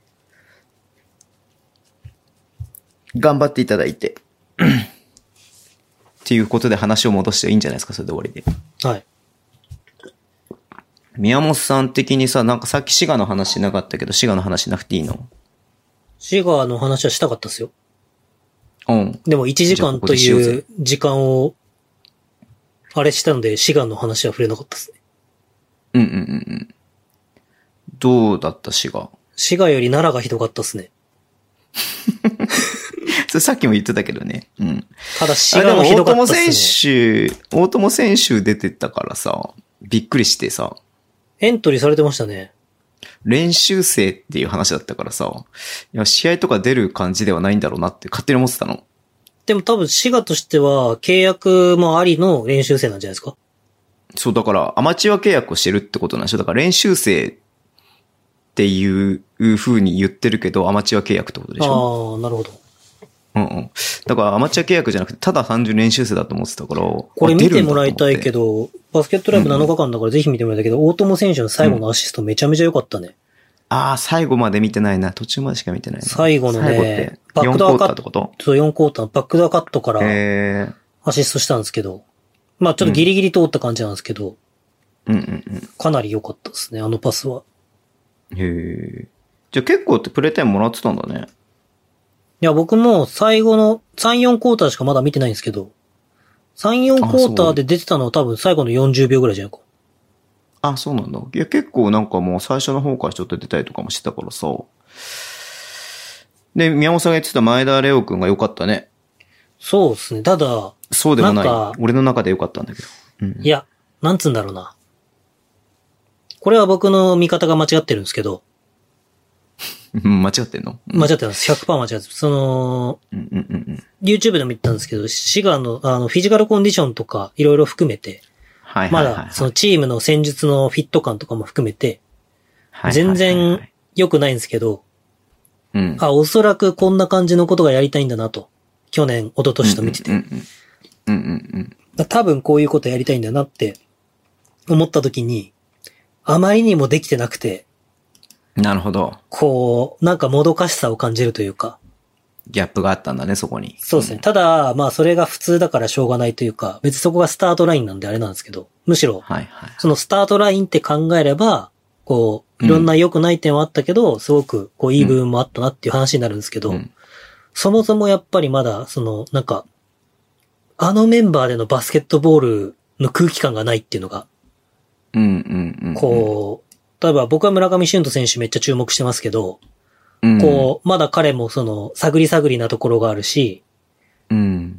頑張っていただいて。っていうことで話を戻していいんじゃないですか、それで終わりで。 はい。 宮本さん的にさ、なんかさっき滋賀の話なかったけど、滋賀の話なくていいの？ 滋賀の話はしたかったっすよ。 うん。 でもいちじかんという時間を、あれしたので、滋賀の話は触れなかったっすね。 うんうんうんうん。どうだった滋賀？ 滋賀より奈良がひどかったっすね。 それさっきも言ってたけどね。うん。 ただ滋賀もひどかったっすね。 大友選手、大友選手出てたからさ、びっくりしてさ。 エントリーされてましたね。 練習生っていう話だったからさ、いや、試合とか出る感じではないんだろうなって勝手に思ってたの。 でも多分滋賀としては契約もありの練習生なんじゃないですか？ そう、だからアマチュア契約をしてるってことなんでしょ？だから練習生っていう風に言ってるけど、アマチュア契約ってことでしょ？ ああ、なるほど。 うんうん。だからアマチュア契約じゃなくて、ただ単純練習生だと思ってたから。 これ見てもらいたいけど、バスケットライブなのかかんだからぜひ見てもらいたいけど、うん、大友選手の最後のアシストめちゃめちゃ良かったね。うん、 ああ、最後まで見てないな。途中までしか見てないな。 最後のね、バックドアカットってことそう、よんクォーターのバックドアカットからアシストしたんですけど、まあちょっとギリギリ通った感じなんですけど、 うんうんうん、 かなり良かったですね、あのパスは。 へえ。じゃあ結構ってプレイタイムもらってたんだね。 いや、僕も最後のさん、よんクォーターしかまだ見てないんですけど、さん、よんクォーターで出てたのは多分最後のよんじゅうびょうぐらいじゃないか。 あ、そうなんだ。いや、結構なんかもう最初の方からちょっと出たりとかもしてたからさ。で、宮本さんが言ってた前田レオくんが良かったね。 そうですね。ただ、 そうでもない。なんか俺の中で良かったんだけど。 うん、いや、なんつうんだろうな。これは僕の見方が間違ってるんですけど。 間違ってんの？ 間違ってます。ひゃくパーセント間違ってます。その、 うんうんうん、 YouTube でも言ったんですけど、滋賀の、あの、フィジカルコンディションとか、いろいろ含めて、 はいはいはいはい、 まだ、そのチームの戦術のフィット感とかも含めて、全然良くないんですけど、 うん、 あ、おそらくこんな感じのことがやりたいんだなと。去年、一昨年と見てて。多分こういうことやりたいんだなって思った時に、あまりにもできてなくて、 なるほど。 こう、なんかもどかしさを感じるというか。 ギャップがあったんだね、そこに。 そうですね。うん、ただ、まあそれが普通だからしょうがないというか、別にそこがスタートラインなんであれなんですけど、むしろ、 はいはい、 そのスタートラインって考えれば、こう、いろんな良くない点はあったけど、うん、すごくこういい部分もあったなっていう話になるんですけど、うん、そもそもやっぱりまだ、その、なんか、あのメンバーでのバスケットボールの空気感がないっていうのが、 うんうんうんうん、 こう、例えば僕は村上俊斗選手めっちゃ注目してますけど、うん、こう、まだ彼もその、探り探りなところがあるし、 うん、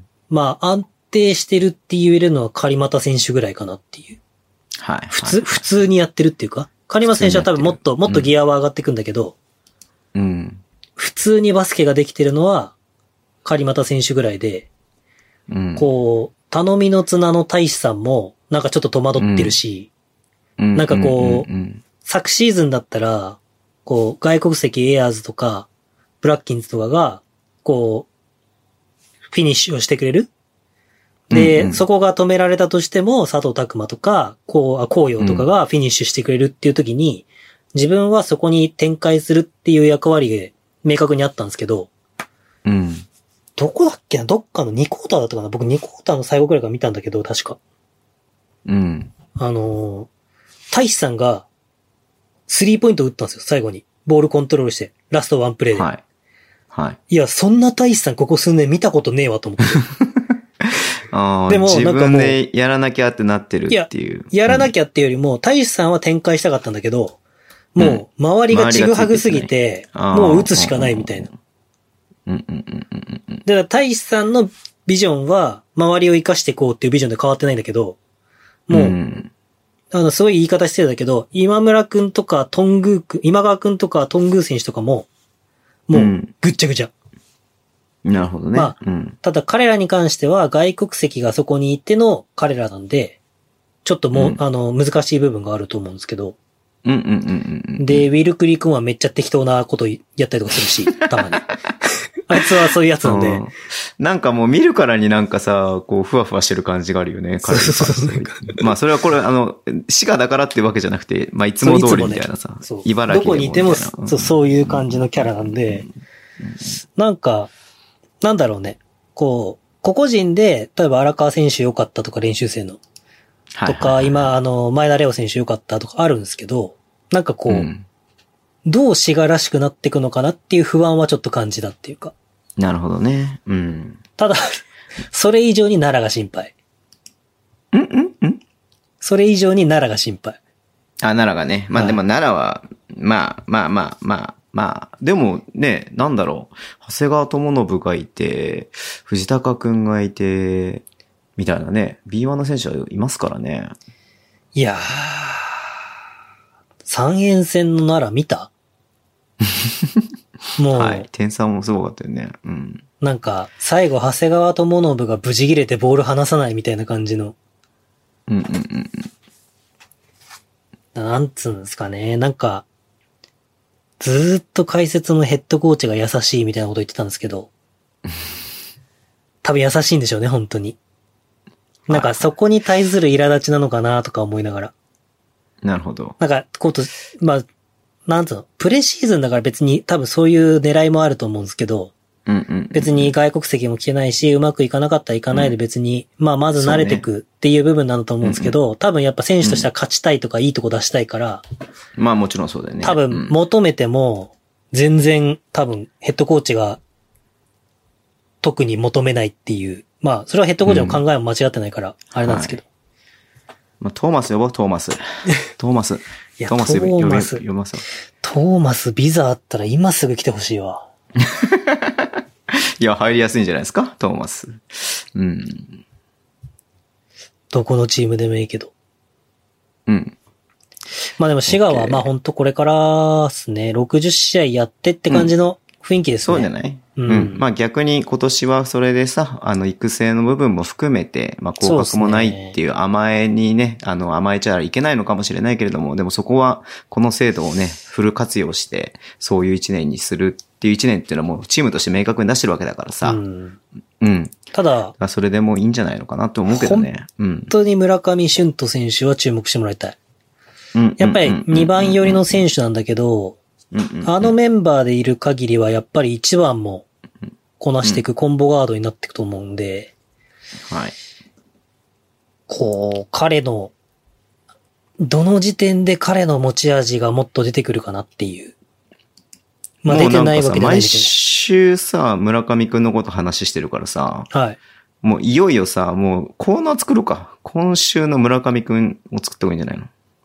まあ、安定してるって言えるのは狩俣選手ぐらいかなっていう。 はい。 普通、普通にやってるっていうか、狩俣選手は多分もっと、もっとギアは上がっていくんだけど、 うん、 普通にバスケができてるのは、狩俣選手ぐらいで、 うん、 こう、頼みの綱の大使さんも、なんかちょっと戸惑ってるし、うん、なんかこう、うんうんうん昨シーズンだったら、こう、外国籍エアーズとか、ブラッキンズとかが、こう、フィニッシュをしてくれるで、うんうん、そこが止められたとしても、佐藤拓磨とか、こう、あ、紅葉とかがフィニッシュしてくれるっていう時に、 自分はそこに展開するっていう役割が明確にあったんですけど、 うん。 どこだっけな、どっかのにクォーターだったかな、僕にクォーターの最後くらいから見たんだけど、確か。 うん。 あのー、大志さんが、スリーポイント打ったんですよ、最後に。ボールコントロールして、ラストワンプレイで。 はい。はい。 いや、そんな大志さんここ数年見たことねえわと思って。 ああ、でも自分でやらなきゃってなってるっていう。 いや、やらなきゃっていうよりも、大志さんは展開したかったんだけど、もう、周りがちぐはぐすぎて、もう打つしかないみたいな。 うんうんうんうんうん。 だから、大志さんのビジョンは、周りを生かしていこうっていうビジョンで変わってないんだけど、もう、うん、あの、すごい言い方してるんだけど、今村くんとか、トングーくん、今川くんとか、トングー選手とかも、もう、ぐっちゃぐちゃ。 うん、なるほどね。 まあ、うん、ただ彼らに関しては、外国籍がそこにいての彼らなんで、ちょっともう、うん、あの、難しい部分があると思うんですけど、 うんうんうんうん。 で、ウィルクリー君はめっちゃ適当なことやったりとかするし、たまに。あいつはそういうやつなんで、うん。 なんかもう見るからになんかさ、こう、ふわふわしてる感じがあるよね、彼そうそうそう。 まあそれはこれ、あの、滋賀だからっていうわけじゃなくて、まあいつも通りみたいなさ、 そう、 茨城でもどこにいても、そう、そういう感じのキャラなんで、なんか、なんだろうね、こう、個々人で、例えば荒川選手良かったとか練習生の、とか、今、あの、前田レオ選手良かったとかあるんですけど、なんかこう、うん、どう滋賀らしくなっていくのかなっていう不安はちょっと感じだっていうか。 なるほどね。うん。 ただ、それ以上に奈良が心配。 んんんそれ以上に奈良が心配。 あ、奈良がね。まあ、はい、でも奈良は、まあ、まあまあまあ、まあ、でもね、なんだろう。長谷川智信がいて、藤高くんがいて、みたいなね。ビーワン の選手はいますからね。 いやー。三円戦の奈良見たもう。 はい。点差もすごかったよね。うん。 なんか、最後、長谷川智信が無事切れてボール離さないみたいな感じの。 うんうんうんうん。なんつうんですかね。なんか、ずーっと解説のヘッドコーチが優しいみたいなこと言ってたんですけど。多分優しいんでしょうね、本当に。なんかそこに対する苛立ちなのかなとか思いながら。 なるほど。 なんか、こうと、まあ、なんつうの、プレシーズンだから別に多分そういう狙いもあると思うんですけど、 うんうんうん、 別に外国籍も来てないし、うまくいかなかったらいかないで別に、うん、まあまず慣れてくっていう部分なんだと思うんですけど、ね、多分やっぱ選手としては勝ちたいとかいいとこ出したいから、 うん、まあもちろんそうだよね。 多分求めても、全然多分ヘッドコーチが特に求めないっていう、まあそれはヘッドコーチの考えも間違ってないから、あれなんですけど。 はい、まあ、トーマス呼ぼう、トーマス。トーマス。 いや、 トーマス呼トーマス。 呼ますトーマスビザあったら今すぐ来てほしいわ。 いや、入りやすいんじゃないですか、トーマス。うん。 どこのチームでもいいけど。 うん。 まあでも滋賀はまあほんとこれからですね、ろくじゅっしあいやってって感じの雰囲気ですね。 そうじゃない？うん。うん。まあ逆に今年はそれでさ、あの育成の部分も含めて、まあ降格もないっていう甘えにね、あの甘えちゃいけないのかもしれないけれども、でもそこはこの制度をね、フル活用して、そういう一年にするっていう一年っていうのはもうチームとして明確に出してるわけだからさ。うん。うん。 ただ、 それでもいいんじゃないのかなと思うけどね。うん。 本当に村上俊斗選手は注目してもらいたい。うん。やっぱりにばん寄りの選手なんだけど、あのメンバーでいる限りはやっぱりいちばんもこなしていくコンボガードになっていくと思うんで、 うん、はい。 こう、彼の、どの時点で彼の持ち味がもっと出てくるかなっていう。まあ出てないわけじゃないけど。 毎週さ、村上くんのこと話してるからさ、 はい。 もういよいよさ、もうコーナー作るか。今週の村上くんを作った方がいいんじゃないの？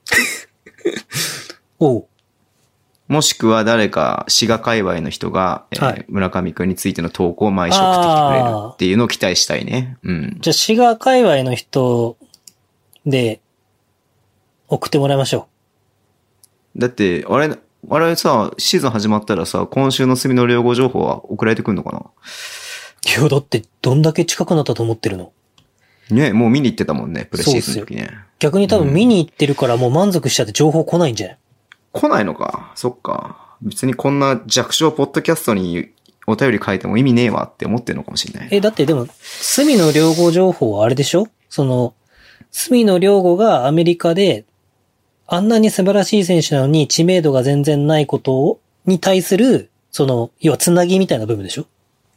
おう。 もしくは誰か滋賀界隈の人が、はい、えー、村上くんについての投稿を毎週送ってきてくれるっていうのを期待したいね。うん。 じゃあ滋賀界隈の人で送ってもらいましょう。だって、あれ、あれさ、シーズン始まったらさ、今週の隅の両語情報は送られてくるのかな？ いや、だってどんだけ近くなったと思ってるの？ ね、もう見に行ってたもんね、プレシーズンの時ね。 逆に多分見に行ってるからもう満足しちゃって情報来ないんじゃない？ 来ないのか。そっか。別にこんな弱小ポッドキャストにお便り書いても意味ねえわって思ってるのかもしれない。 え、だってでも、隅の両語情報はあれでしょ？その、隅の両語がアメリカであんなに素晴らしい選手なのに知名度が全然ないことを、に対する、その、要はつなぎみたいな部分でしょ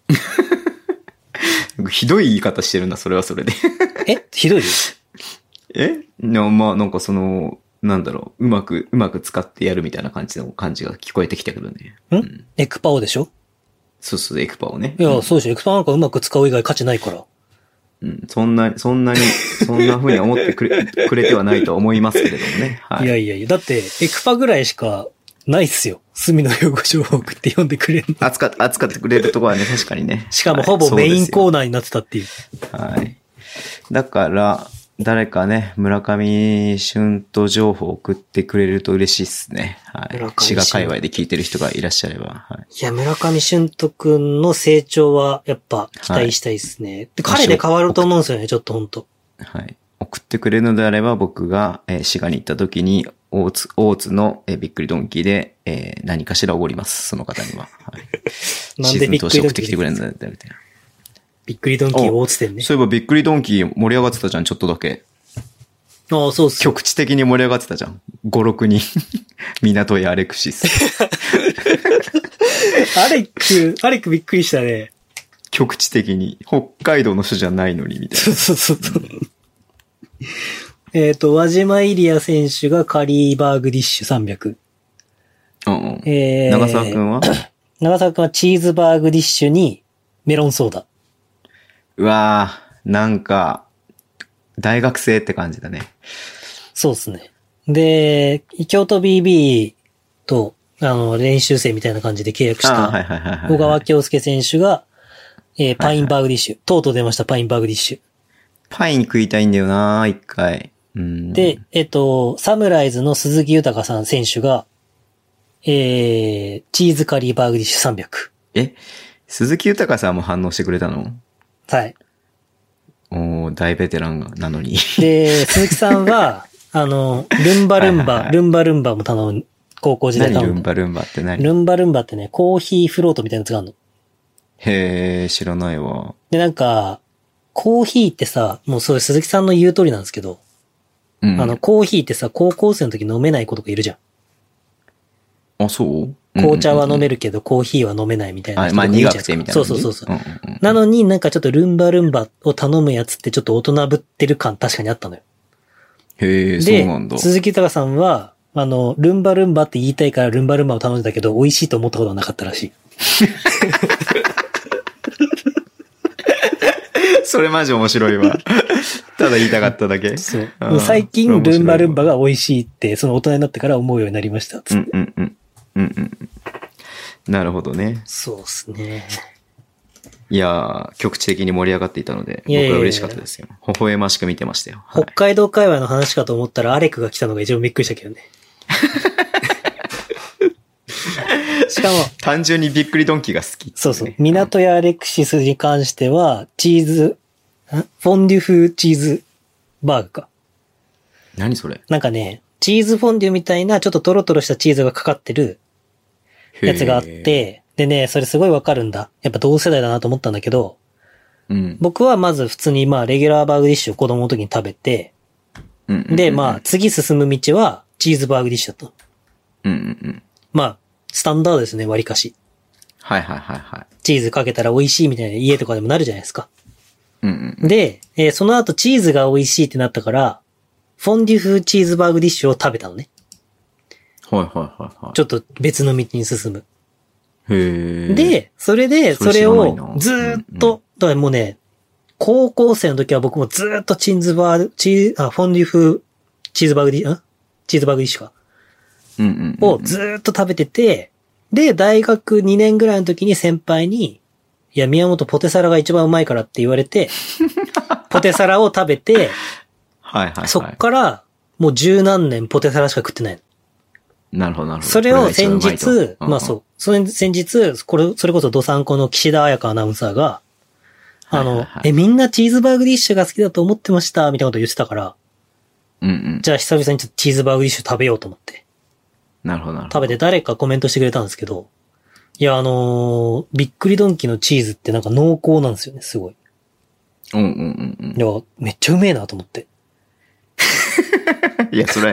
ひどい言い方してるんだ、それはそれで。 えひどいえなまあ、なんかその、なんだろう、うまく、うまく使ってやるみたいな感じの感じが聞こえてきたけどね。 ん、うん、エクパオでしょそうそう、エクパオね。 いや、うん、そうでしょ。エクパオなんかうまく使う以外価値ないから。 うん、そんな、そんなに、そんな風に思ってくれ、くれてはないと思いますけれどもね。はい。 いやいやいや、だって、エクパぐらいしかないっすよ。隅の用語情報って読んでくれるの。 扱っ、扱ってくれるところはね、確かにね。 しかもほぼメインコーナーになってたっていう。 はい。だから、誰かね、村上俊斗情報を送ってくれると嬉しいっすね。はい。滋賀界隈で聞いてる人がいらっしゃれば。はい。 いや、村上俊斗くんの成長はやっぱ期待したいっすね。はい、で彼で変わると思うんですよね、ちょっとほんと。 はい。送ってくれるのであれば僕が、えー、滋賀に行った時に、大津、大津の、えー、びっくりドンキーで、えー、何かしらおごります。その方には。はい。なんでびっくりドンキー送ってきてくれるんだってみたいな。 びっくりドンキー大津店ね。 そういえばびっくりドンキー盛り上がってたじゃん、ちょっとだけ。 ああ、そうっす。 局地的に盛り上がってたじゃん。ご、ろくにん。港やアレクシス。 アレック、アレックびっくりしたね。 局地的に。北海道の人じゃないのに、みたいな。 そうそうそう。えっと、輪島イリア選手がカリーバーグディッシュさんびゃく。 うんうん。えー、長澤くんは長澤くんはチーズバーグディッシュにメロンソーダ。 うわー、なんか、大学生って感じだね。 そうですね。で、京都 ビービー と、あの、練習生みたいな感じで契約した、小川京介選手が、えー、パインバーグディッシュ、はいはい。とうとう出ました、パインバーグディッシュ。 パイン食いたいんだよな一回。うん。 で、えっと、サムライズの鈴木豊さん選手が、えー、チーズカリーバーグディッシュさんびゃく。 え鈴木豊さんも反応してくれたの？ はい。 おー、大ベテランなのに。 で、鈴木さんは、あの、ルンバルンバ、はいはいはい、ルンバルンバも頼む、高校時代頼む。 何ルンバルンバって何？ ルンバルンバってね、コーヒーフロートみたいなやつがあるの。 へー、知らないわ。 で、なんか、コーヒーってさ、もうそういう鈴木さんの言う通りなんですけど、うん、あの、コーヒーってさ、高校生の時飲めない子とかいるじゃん。あ、そう紅茶は飲めるけど、コーヒーは飲めないみたいな人とかいるじゃん。あ、まあ苦くてみたいな。 そうそうそうそう、うんうんうん。なのになんかちょっとルンバルンバを頼むやつってちょっと大人ぶってる感確かにあったのよ。 へー、そうなんだ。 で、鈴木隆さんは、あの、ルンバルンバって言いたいからルンバルンバを頼んでたけど、美味しいと思ったことはなかったらしい。 それマジ面白いわ。ただ言いたかっただけ。 そう。最近ルンバルンバが美味しいって、その大人になってから思うようになりました。つって。 うんうんうん。うんうん。なるほどね。 そうですね。 いやー、局地的に盛り上がっていたので、僕は嬉しかったですよ。微笑ましく見てましたよ。 北海道界隈の話かと思ったらアレクが来たのが一番びっくりしたけどね。しかも、 単純にびっくりドンキーが好き、ね。 そうそう。港やアレクシスに関しては、チーズ、フォンデュ風チーズバーグか。 何それ？ なんかね、チーズフォンデュみたいなちょっとトロトロしたチーズがかかってるやつがあって、でね、それすごいわかるんだ。やっぱ同世代だなと思ったんだけど、うん、僕はまず普通にまあレギュラーバーグディッシュを子供の時に食べて、うんうんうんうん、でまあ次進む道はチーズバーグディッシュだった。うんうんうん、まあ、スタンダードですね、割かし。 はいはいはいはい。 チーズかけたら美味しいみたいな家とかでもなるじゃないですか。 うんうん、 で、えー、その後チーズが美味しいってなったから、フォンデュ風チーズバーグディッシュを食べたのね。 はいはいはいはい。 ちょっと別の道に進む。 へー。 で、それで、それをずーっと、うんうん、だからもうね、高校生の時は僕もずーっとチーズバー、チー、あ、フォンデュ風チーズバーグディ、んチーズバーグディッシュか。 うんうんうんうん、 をずーっと食べてて、で、大学にねんぐらいの時に先輩に、いや、宮本ポテサラが一番うまいからって言われて、ポテサラを食べて、 はいはいはい、 そっから、もう十何年ポテサラしか食ってない。 なるほどなるほど。 それを先日、まあそう、それ先日、これ、それこそドサンコの岸田彩香アナウンサーが、あの、はいはいはい、え、みんなチーズバーグディッシュが好きだと思ってました、みたいなこと言ってたから、 うんうん。 じゃあ久々にちょっとチーズバーグディッシュ食べようと思って。 なるほどなるほど。 食べて誰かコメントしてくれたんですけど、いや、あのー、びっくりドンキのチーズってなんか濃厚なんですよね、すごい。 うんうんうんうん。 いや、めっちゃうめえなと思って。 いや、それ、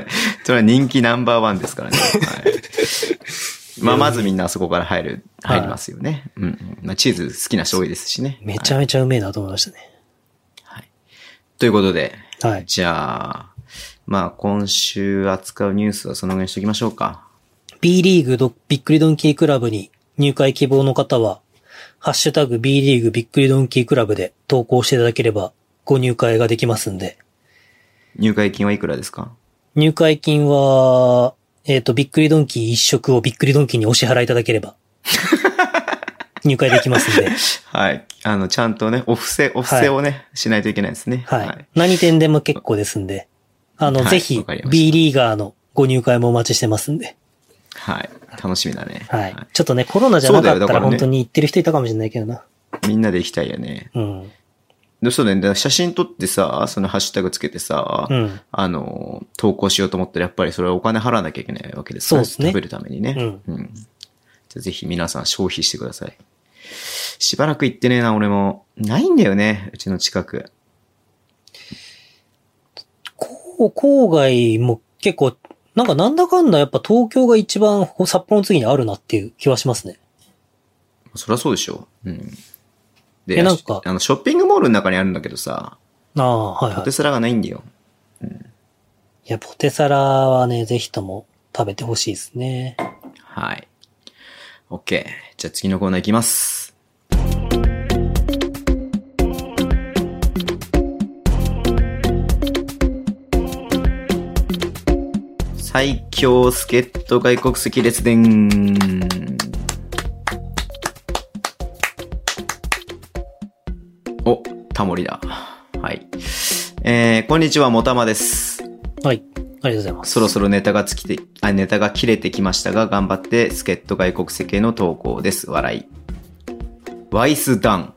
それは人気ナンバーワンですからね。はい、まあ、まずみんなあそこから入る、入りますよね。はい、うん。まあ、チーズ好きな人多いですしね。 めちゃめちゃうめえなと思いましたね。 はい。ということで、 はい。 じゃあ、まあ、今週扱うニュースはそのぐらいにしときましょうか。 B リーグどびっくりドンキークラブに入会希望の方は、ハッシュタグ B リーグびっくりドンキークラブで投稿していただければご入会ができますんで。 入会金はいくらですか？ 入会金は、えっと、びっくりドンキー一食をびっくりドンキーにお支払いいただければ、入会できますんで。 はい。あの、ちゃんとね、お布施、お布施をね、はい、しないといけないですね。 はい。はい、何点でも結構ですんで、あの、はい、ぜひ、B リーガーのご入会もお待ちしてますんで。 はい。楽しみだね。 はい。はい、ちょっとね、コロナじゃなかったら本当に行ってる人いたかもしれないけどな。 みんなで行きたいよね。 うん。 でそうだね。写真撮ってさ、そのハッシュタグつけてさ、 うん、 あの、投稿しようと思ったらやっぱりそれはお金払わなきゃいけないわけですから、 そうですね。 食べるためにね。 うん。 うん、じゃあぜひ皆さん消費してください。しばらく行ってねえな、俺も。ないんだよね、うちの近く。 こう、郊外も結構、なんかなんだかんだやっぱ東京が一番札幌の次にあるなっていう気はしますね。 そりゃそうでしょ。うん。で、 え、なんか、 あの、ショッピングモールの中にあるんだけどさ。 ああ、はいはい。 ポテサラがないんだよ。うん。 いや、ポテサラはね、ぜひとも食べてほしいですね。 はい。OK。じゃあ次のコーナーいきます。最強助っ人外国籍列伝。お、タモリだ。はい。えー、こんにちは、もたまです。 はい。ありがとうございます。 そろそろネタが尽きて、あ、ネタが切れてきましたが、頑張って助っ人外国籍への投稿です。笑い。ワイスダン。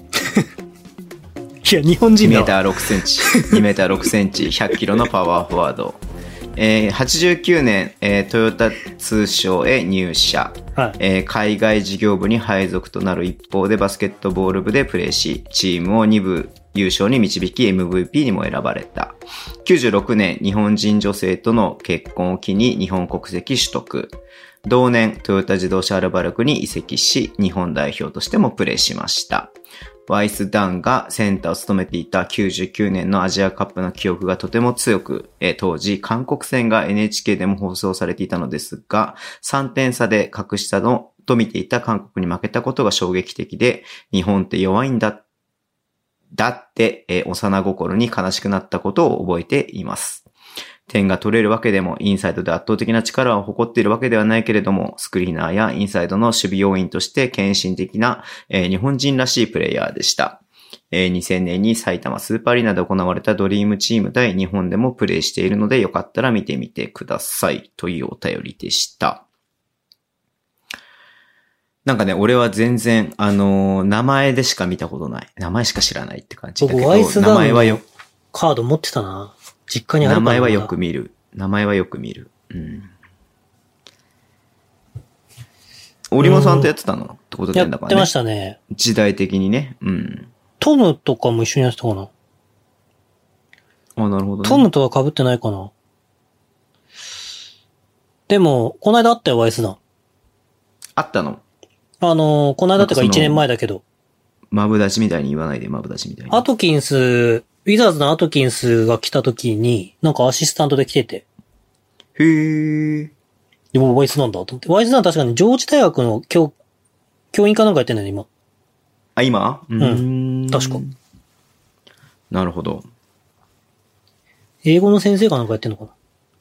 いや、日本人だ。 にメーターろくセンチ。にメーターろくセンチ、ひゃっキロのパワーフォワード。えー、はちじゅうきゅうねん、えー、トヨタ通商へ入社、 はいえー、海外事業部に配属となる一方でバスケットボール部でプレーし、チームをに部優勝に導き エムブイピー にも選ばれた。きゅうじゅうろくねん、日本人女性との結婚を機に日本国籍取得。同年、トヨタ自動車アルバルクに移籍し、日本代表としてもプレーしました。ワイスダンがセンターを務めていたきゅうじゅうきゅうねんのアジアカップの記憶がとても強く、え当時韓国戦が エヌエイチケー でも放送されていたのですが、さんてん差で格下のと見ていた韓国に負けたことが衝撃的で、日本って弱いんだ、だって、え幼心に悲しくなったことを覚えています。点が取れるわけでも、インサイドで圧倒的な力を誇っているわけではないけれども、スクリーナーやインサイドの守備要員として献身的な、えー、日本人らしいプレイヤーでした。えー、にせんねんに埼玉スーパーアリーナで行われたドリームチーム対日本でもプレイしているので、よかったら見てみてください。というお便りでした。なんかね、俺は全然、あのー、名前でしか見たことない。名前しか知らないって感じだけど、 僕ワイスダンの名前はよカード持ってたな。実家にあるかな。 名前はよく見る。名前はよく見る。うん。オリモさんとやってたのってことでんだからね。 やってましたね。 時代的にね。うん。 トムとかも一緒にやってたかな。 あ、なるほどね。 トムとは被ってないかな。でも、この間あったよ、ワイスダン。 あったの？ あの、この間ってかいちねんまえだけど。 マブダチみたいに言わないで、マブダチみたいに。 アトキンス、ウィザーズのアトキンスが来た時に、なんかアシスタントで来てて。 へー。 でもワイスなんだと思って。ワイスなん確かに上智大学の教、教員かなんかやってんだよね、今。 あ、今？ うん。確か。 なるほど。 英語の先生かなんかやってんのかな。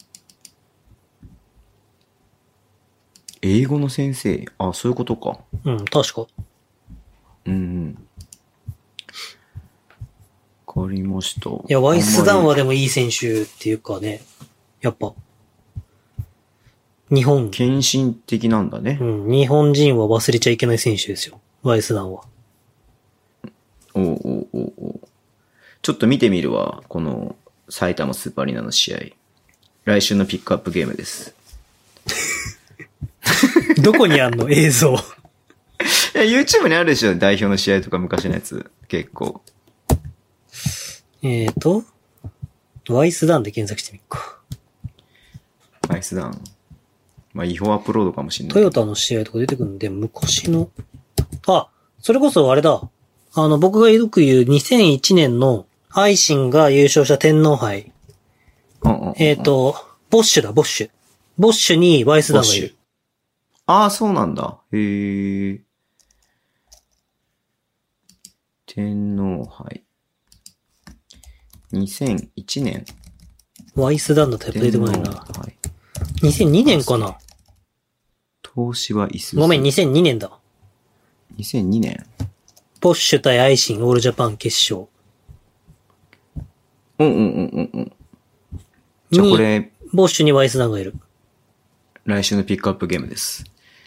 英語の先生？あ、そういうことか。 うん、確か。 うん。わかりました。いや、ワイスダンはでもいい選手っていうかね、やっぱ、日本。 献身的なんだね。 うん、日本人は忘れちゃいけない選手ですよ。ワイスダンは。 おうおうおうおう。ちょっと見てみるわ。この埼玉スーパーアリーナの試合。来週のピックアップゲームです。 どこにあんの映像。いや、YouTube にあるでしょ。代表の試合とか昔のやつ。結構。 えーと、ワイスダンで検索してみっか。 イスダウン。まあ、違法アップロードかもしれない。 トヨタの試合とか出てくるんで、昔の、あ、それこそあれだ。あの、僕がよく言うにせんいちねんのアイシンが優勝した天皇杯。 うんうんうん、 えっ、ー、と、ボッシュだ、ボッシュ。ボッシュにワイスダウンがいる。 ああ、そうなんだ。へえ。天皇杯。にせんいちねん。 ワイスダウンだとやっぱ出てこないな。はい、にせんにねんかな。 投資はイスズ。 ごめん、にせんにねんだ。 にせんにねん。 ボッシュ対アイシンオールジャパン決勝。 うんうんうんうんうん。じゃあこれ。 ボッシュにワイスダウンがいる。 来週のピックアップゲームです。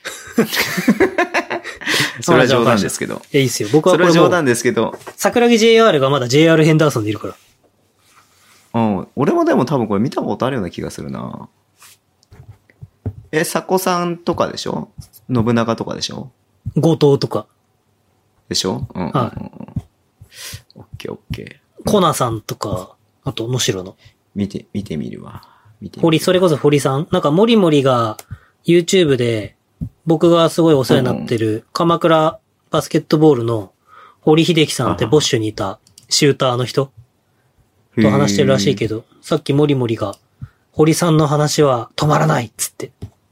それは冗談ですけど。 いや、いいっすよ。僕はこれも。 それは冗談ですけど。 桜木 ジェイアール がまだ ジェイアール ヘンダーソンでいるから。 うん。俺もでも多分これ見たことあるような気がするな。え、佐古さんとかでしょ？信長とかでしょ？ 後藤とか。 でしょ？うんうんうん。はい。オッケーオッケー。コナさんとか、あと、能代の。 見て、見てみるわ。見てみる。 堀、それこそ堀さん。なんか、もりもりが YouTube で、僕がすごいお世話になってる、鎌倉バスケットボールの堀秀樹さんってボッシュにいたシューターの人と話してるらしいけど、さっきもりもりが、堀さんの話は止まらないっつって。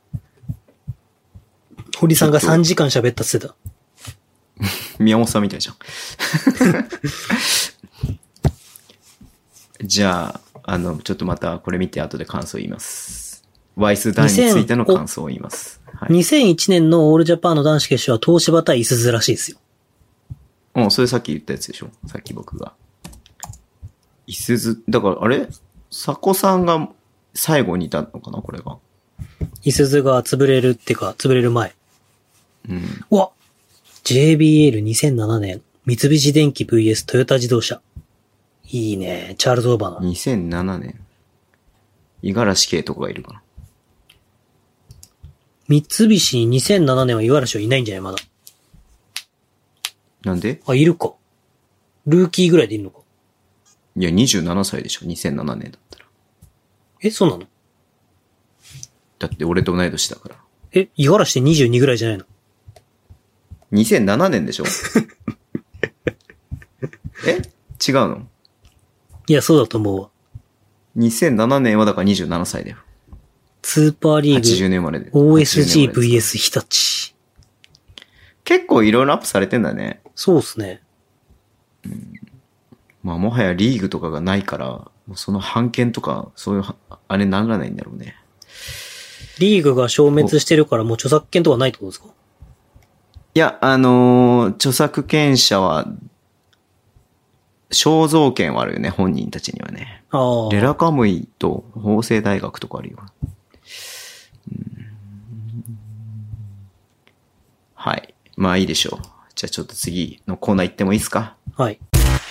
堀さんがさんじかん喋ったっつってた。 宮本さんみたいじゃん。じゃあ、あの、ちょっとまたこれ見て後で感想言います。ワイスダウンについての感想を言います。はい、 にせんいちねんのオールジャパンの男子決勝は東芝対いすゞらしいですよ。 うん、それさっき言ったやつでしょ？さっき僕が。いすゞ、だからあれ佐古さんが最後にいたのかなこれが。 いすゞが潰れるっていうか、潰れる前。 うん。 うわ ジェイビーエルにせんななねん、三菱電機 ブイエス トヨタ自動車。いいね。チャールズ・オーバーな。 にせんななねん。五十嵐圭とかがいるかな。 三菱ににせんななねんは五十嵐はいないんじゃないまだ。 なんで？ あ、いるか。ルーキーぐらいでいるのか。 いや、にじゅうななさいでしょ。にせんななねんだったら。 え、そうなの？ だって俺と同い年だから。 え、五十嵐ってにじゅうにぐらいじゃないの？ にせんななねんでしょえ？違うの？ いや、そうだと思うわ。 にせんななねんはだからにじゅうななさいだよ。 スーパーリーグ。 はちじゅうねん生まれで。 オーエスジー ブイエス 日立。 結構いろいろアップされてんだね。 そうっすね。 うん、まあもはやリーグとかがないから、もうその版権とか、そういう、あれならないんだろうね。 リーグが消滅してるからもう著作権とかないってことですか？ いや、あのー、著作権者は、肖像権はあるよね、本人たちにはね。 ああ。 レラカムイと法政大学とかあるよ。うん、はい。まあいいでしょう。じゃあちょっと次のコーナー行ってもいいですか？ はい。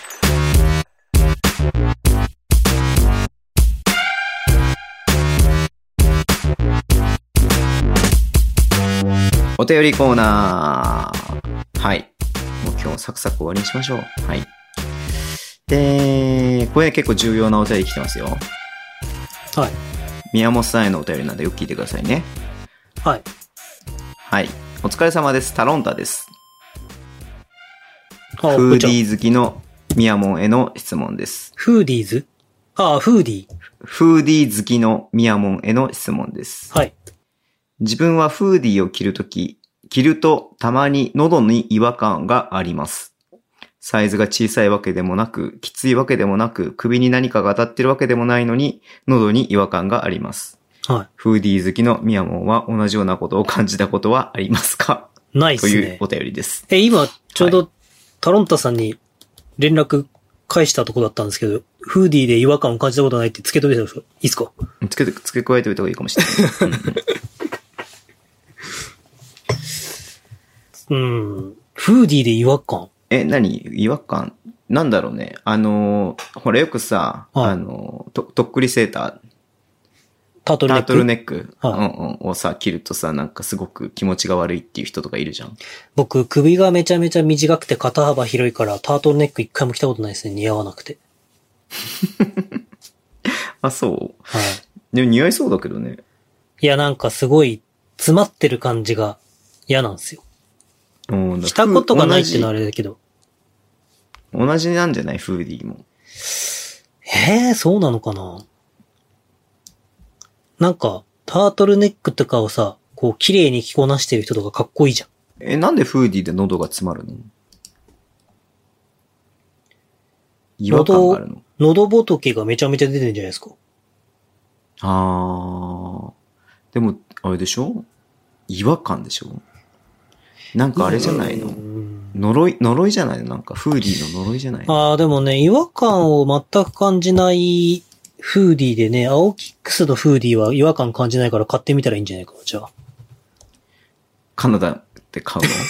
お便りコーナー。はい。もう今日サクサク終わりにしましょう。はい。で、これ結構重要なお便り来てますよ。 はい。 宮本さんへのお便りなんでよく聞いてくださいね。 はい。 はい。お疲れ様です。タロンタです。 フーディー好きの宮本への質問です。 フーディーズ？ああ、フーディー。 フーディー好きの宮本への質問です。 はい。 自分はフーディーを着るとき、着るとたまに喉に違和感があります。サイズが小さいわけでもなく、きついわけでもなく、首に何かが当たってるわけでもないのに、喉に違和感があります。 はい。 フーディー好きの宮本は同じようなことを感じたことはありますか？ ないっすね。 というお便りです。 え、今、ちょうど、タロンタさんに連絡返したとこだったんですけど、フーディーで違和感を感じたことないって付けといてください。いいっすか？ 付け、付け加えておいた方がいいかもしれない。 うん。フーディーで違和感？ え、何？違和感なんだろうね。あのー、ほらよくさ、はい、あのー、と、とっくりセーター。 タートルネック。 タートルネック、 はい、 うんうん、をさ、着るとさ、なんかすごく気持ちが悪いっていう人とかいるじゃん。 僕、首がめちゃめちゃ短くて肩幅広いから、タートルネック一回も着たことないですね。似合わなくて。 あ、そう？ はい。 でも似合いそうだけどね。 いや、なんかすごい詰まってる感じが嫌なんですよ。したことがないってのはあれだけど。 同じなんじゃない？フーディーも。 ええー、そうなのかな？なんか、タートルネックとかをさ、こう、綺麗に着こなしてる人とかかっこいいじゃん。 え、なんでフーディーで喉が詰まるの？違和感があるの？ 喉仏がめちゃめちゃ出てるんじゃないですか。 あー。でも、あれでしょ？違和感でしょ？なんかあれじゃないの？呪い、呪いじゃないの？なんかフーディーの呪いじゃないの？ ああ、でもね、違和感を全く感じないフーディーでね、青キックスのフーディーは違和感感じないから買ってみたらいいんじゃないかな、じゃあ。 カナダって買うの？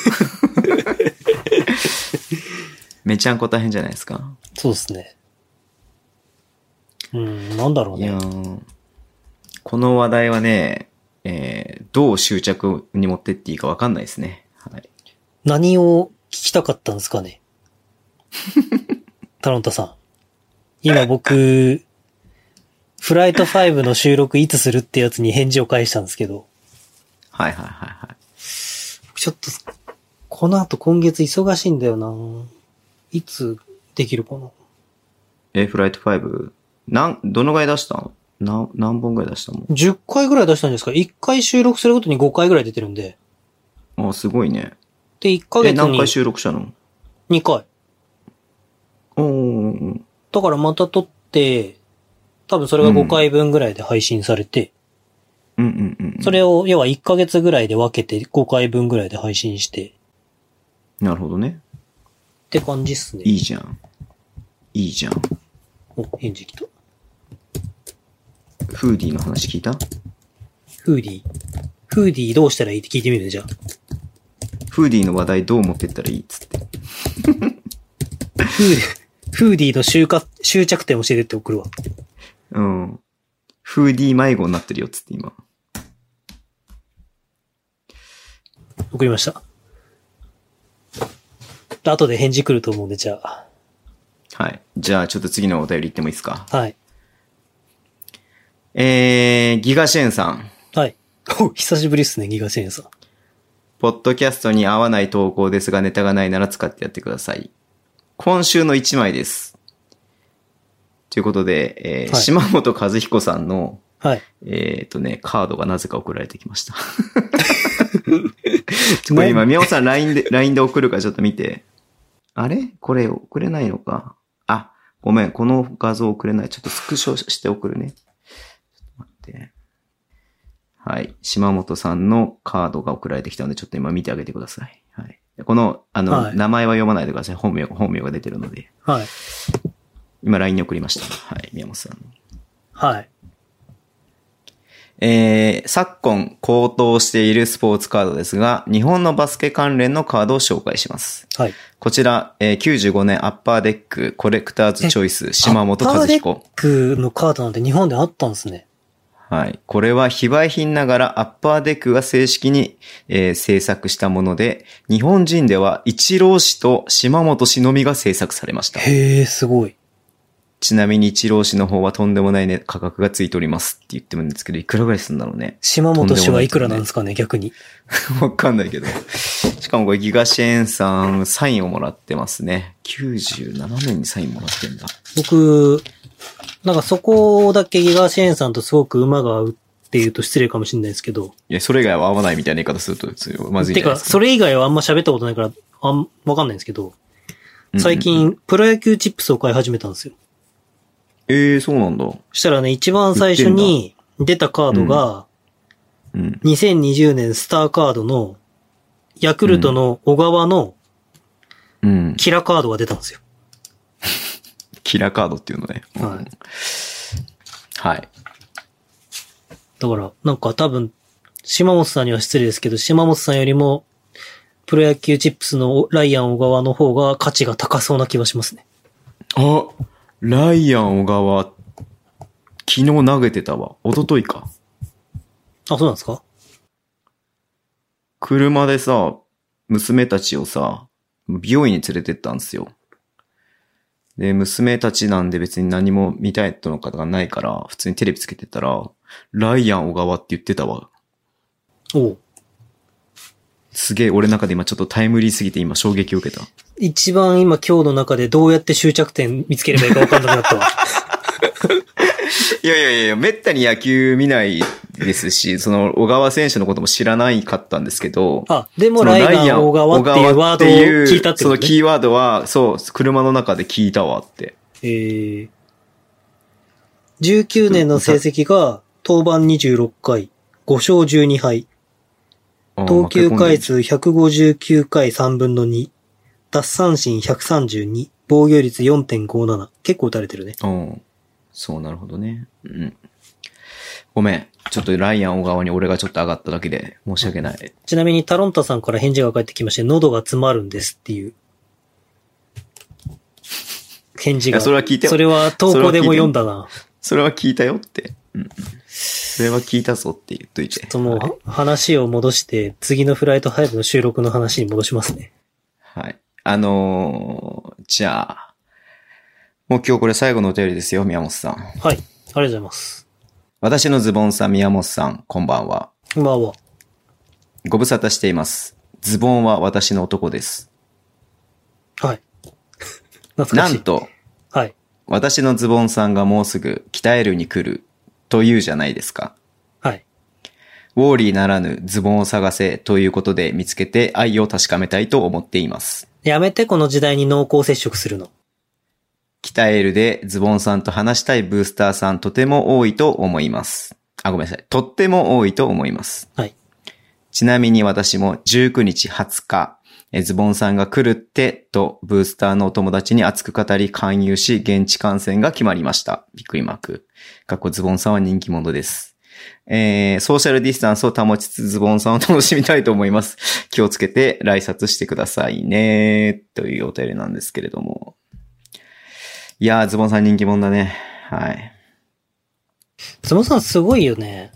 めちゃんこ大変じゃないですか？ そうですね。うん、なんだろうね。 いやー、この話題はね、えー、どう執着に持ってっていいか分かんないですね。はい。 何を聞きたかったんですかね。タロンタさん。今僕、フライトファイブの収録いつするってやつに返事を返したんですけど。 はいはいはいはい。 ちょっと、この後今月忙しいんだよな。いつできるかな。 え、フライトファイブ？なん、どのぐらい出したの？な、何本ぐらい出したの？ じゅっ 回ぐらい出したんですか？ いっ 回収録するごとにごかいぐらい出てるんで。 あ、すごいね。 で、いっかげつに。 え、何回収録したの？ に 回。 おー。 だからまた撮って、多分それがごかいぶんぐらいで配信されて、 うんうんうんうん。 それを、要はいっかげつぐらいで分けてごかいぶんぐらいで配信して。 なるほどね。 って感じっすね。 いいじゃん。いいじゃん。 お、返事来た。 フーディーの話聞いた？ フーディー。フーディーどうしたらいいって聞いてみるね、じゃあ。 フーディーの話題どう持ってったらいいっつって。 フーディー、フーディーの終化、終着点教えてって送るわ。 うん。フーディー迷子になってるよっつって今。 送りました。後で返事来ると思うんで、じゃあ。 はい。じゃあちょっと次のお便り言ってもいいですか？ はい。 えー、ギガシェンさん。 はい。お、久しぶりっすね、ギガシェンさん。 ポッドキャストに合わない投稿ですがネタがないなら使ってやってください。今週のいちまいです。ということで、えーはい、島本和彦さんの、 はい。 えっとね、カードがなぜか送られてきました。これ今、宮本さん ライン で、ライン で送るからちょっと見て。あれこれ送れないのか。あ、ごめん、この画像送れない。ちょっとスクショして送るね。ちょっと待って。はい。島本さんのカードが送られてきたので、ちょっと今見てあげてください。はい。この、あの、はい、名前は読まないでください。本名、本名が出てるので。 はい。 今 ライン に送りました。はい。宮本さんの。 はい。 えー、昨今高騰しているスポーツカードですが、日本のバスケ関連のカードを紹介します。 はい。 こちら、えー、きゅうじゅうごねんアッパーデックコレクターズチョイス島本和彦。 アッパーデックのカードなんて日本であったんですね。 はい。これは非売品ながらアッパーデックが正式に、えー、制作したもので、日本人ではイチロー氏と島本氏のみが制作されました。 へー、すごい。 ちなみにイチロー氏の方はとんでもないね、価格がついておりますって言ってるんですけど、いくらぐらいするんだろうね。 島本氏はいくらなんですかね、逆に。 わかんないけど。しかもこれギガシェーンさんサインをもらってますね。きゅうじゅうななねんにサインもらってんだ。 僕、なんかそこだけギガシェーンさんとすごく馬が合うって言うと失礼かもしれないですけど。 いや、それ以外は合わないみたいな言い方するとまずいじゃないですか。 てか、それ以外はあんま喋ったことないから、あん、わかんないんですけど、最近、プロ野球チップスを買い始めたんですよ。 ええー、そうなんだ。 したらね、一番最初に出たカードが、うん、にせんにじゅうねんスターカードの、ヤクルトの小川の、キラカードが出たんですよ。 うん、キラカードっていうのね。 はい。 はい。 だから、なんか多分、島本さんには失礼ですけど、島本さんよりも、プロ野球チップスのライアン小川の方が価値が高そうな気はしますね。 あ、ライアン小川、昨日投げてたわ。一昨日か。 あ、そうなんですか？ 車でさ、娘たちをさ、美容院に連れてったんですよ。で、娘たちなんで別に何も見たいとの方がないから、普通にテレビつけてたら、 ライアン小川って言ってたわ。 おう。 すげえ、俺の中で今ちょっとタイムリーすぎて今衝撃を受けた。 一番今今日の中でどうやって終着点見つければいいか分かんなくなったわ。 いやいやいや、めったに野球見ないですし、その小川選手のことも知らないかったんですけど。 あ、でもライアン小川っていうワードを聞いたってことね。 そのキーワードは、そう、車の中で聞いたわって。 えー、じゅうきゅうねんの成績が登板にじゅうろっかい、ごしょうじゅうにはい。投球回数ひゃくごじゅうきゅうかいさんぶんのに。奪三振ひゃくさんじゅうに。防御率 よんてんごなな。結構打たれてるね。 うん。そう、なるほどね。うん。ごめん。ちょっとライアン小川に俺がちょっと上がっただけで申し訳ない。 ちなみにタロンタさんから返事が返ってきまして、喉が詰まるんですっていう。返事が。 それは聞いてよ。 それは投稿でも読んだな。 それは聞いたよって。うん。それは聞いたぞって言っといて。 ちょっともう、はい、話を戻して、次のフライトファイブの収録の話に戻しますね。 はい。あのー、じゃあ、もう今日これ最後のお便りですよ、宮本さん。はい。 ありがとうございます。 私のズボンさん、宮本さん、こんばんは。 こんばんは。 ご無沙汰しています。ズボンは私の男です。 はい。懐かしい。 なんと、 はい。 私のズボンさんがもうすぐ鍛えるに来るというじゃないですか。 はい。 ウォーリーならぬズボンを探せということで見つけて愛を確かめたいと思っています。 やめてこの時代に濃厚接触するの。 鍛えるでズボンさんと話したいブースターさんとても多いと思います。あ、ごめんなさい。とっても多いと思います。 はい。 ちなみに私もじゅうくにちはつか、ズボンさんが来るってとブースターのお友達に熱く語り勧誘し現地観戦が決まりました。びっくりマーク。かっこズボンさんは人気者です。えー、ソーシャルディスタンスを保ちつつズボンさんを楽しみたいと思います。気をつけて来札してくださいね。というお便りなんですけれども。いやー、ズボンさん人気者だね。はい。 ズボンさんすごいよね。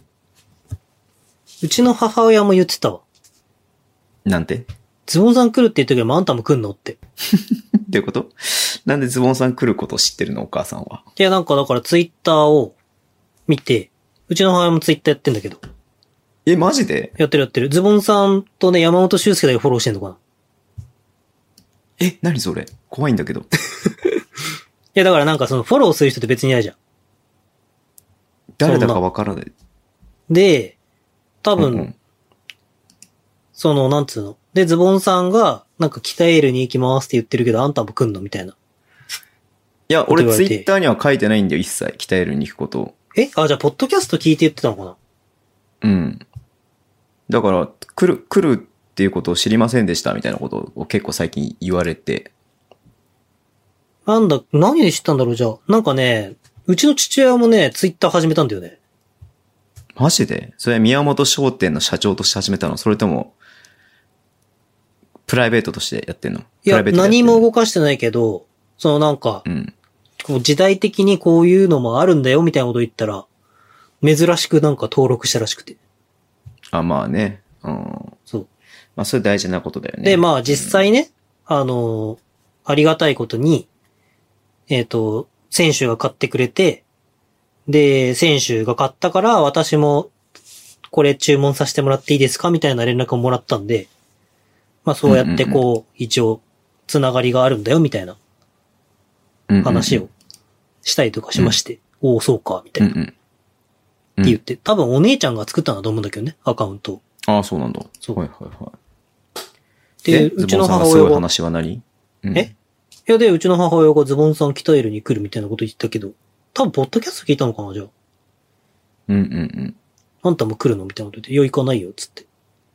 うちの母親も言ってたわ。 なんて？ ズボンさん来るって言ったけど、あんたも来んのって。 どういうこと？なんでズボンさん来ること知ってるのお母さんは。 いや、なんかだからツイッターを見て、うちの母親もツイッターやってんだけど。 え、マジで？ やってるやってる。ズボンさんとね、山本修介だけフォローしてんのかな。 え、何それ？怖いんだけど。 いや、だからなんかそのフォローする人って別にいないじゃん。 誰だかわからない。 で、多分、 うんうん、 その、なんつうの。で、ズボンさんが、なんか北エールに行きますって言ってるけど、あんたも来んのみたいな。 いや、俺ツイッターには書いてないんだよ、一切。北エールに行くことを。 え？あ、じゃあ、ポッドキャスト聞いて言ってたのかな？ うん。だから、来る、来るっていうことを知りませんでしたみたいなことを結構最近言われて。 なんだ、何で知ったんだろう、じゃあ。なんかね、うちの父親もね、ツイッター始めたんだよね。 マジで？それは宮本商店の社長として始めたの？それとも、プライベートとしてやってんの？ いや、何も動かしてないけど、そのなんか、 うん、 こう時代的にこういうのもあるんだよみたいなこと言ったら、珍しくなんか登録したらしくて。 あ、まあね。うん。 そう。 まあそれ大事なことだよね。 で、まあ実際ね、うん、あの、ありがたいことに、えっと、選手が買ってくれて、で、選手が買ったから私もこれ注文させてもらっていいですかみたいな連絡をもらったんで、まあそうやってこう、うんうんうん、一応、つながりがあるんだよみたいな話をしたりとかしまして、うんうん、おお、そうか、みたいな、うんうん。って言って、多分お姉ちゃんが作ったんだと思うんだけどね、アカウント。 ああ、そうなんだ。 そう。 はいはいはい。 で、うちの母親が。 すごい話は何？ うん、えいやで、うちの母親がズボンさん鍛えるに来るみたいなこと言ったけど、多分ポッドキャスト聞いたのかな、じゃあ。 うんうんうん。 あんたも来るのみたいなこと言って、いや、行かないよ、つって。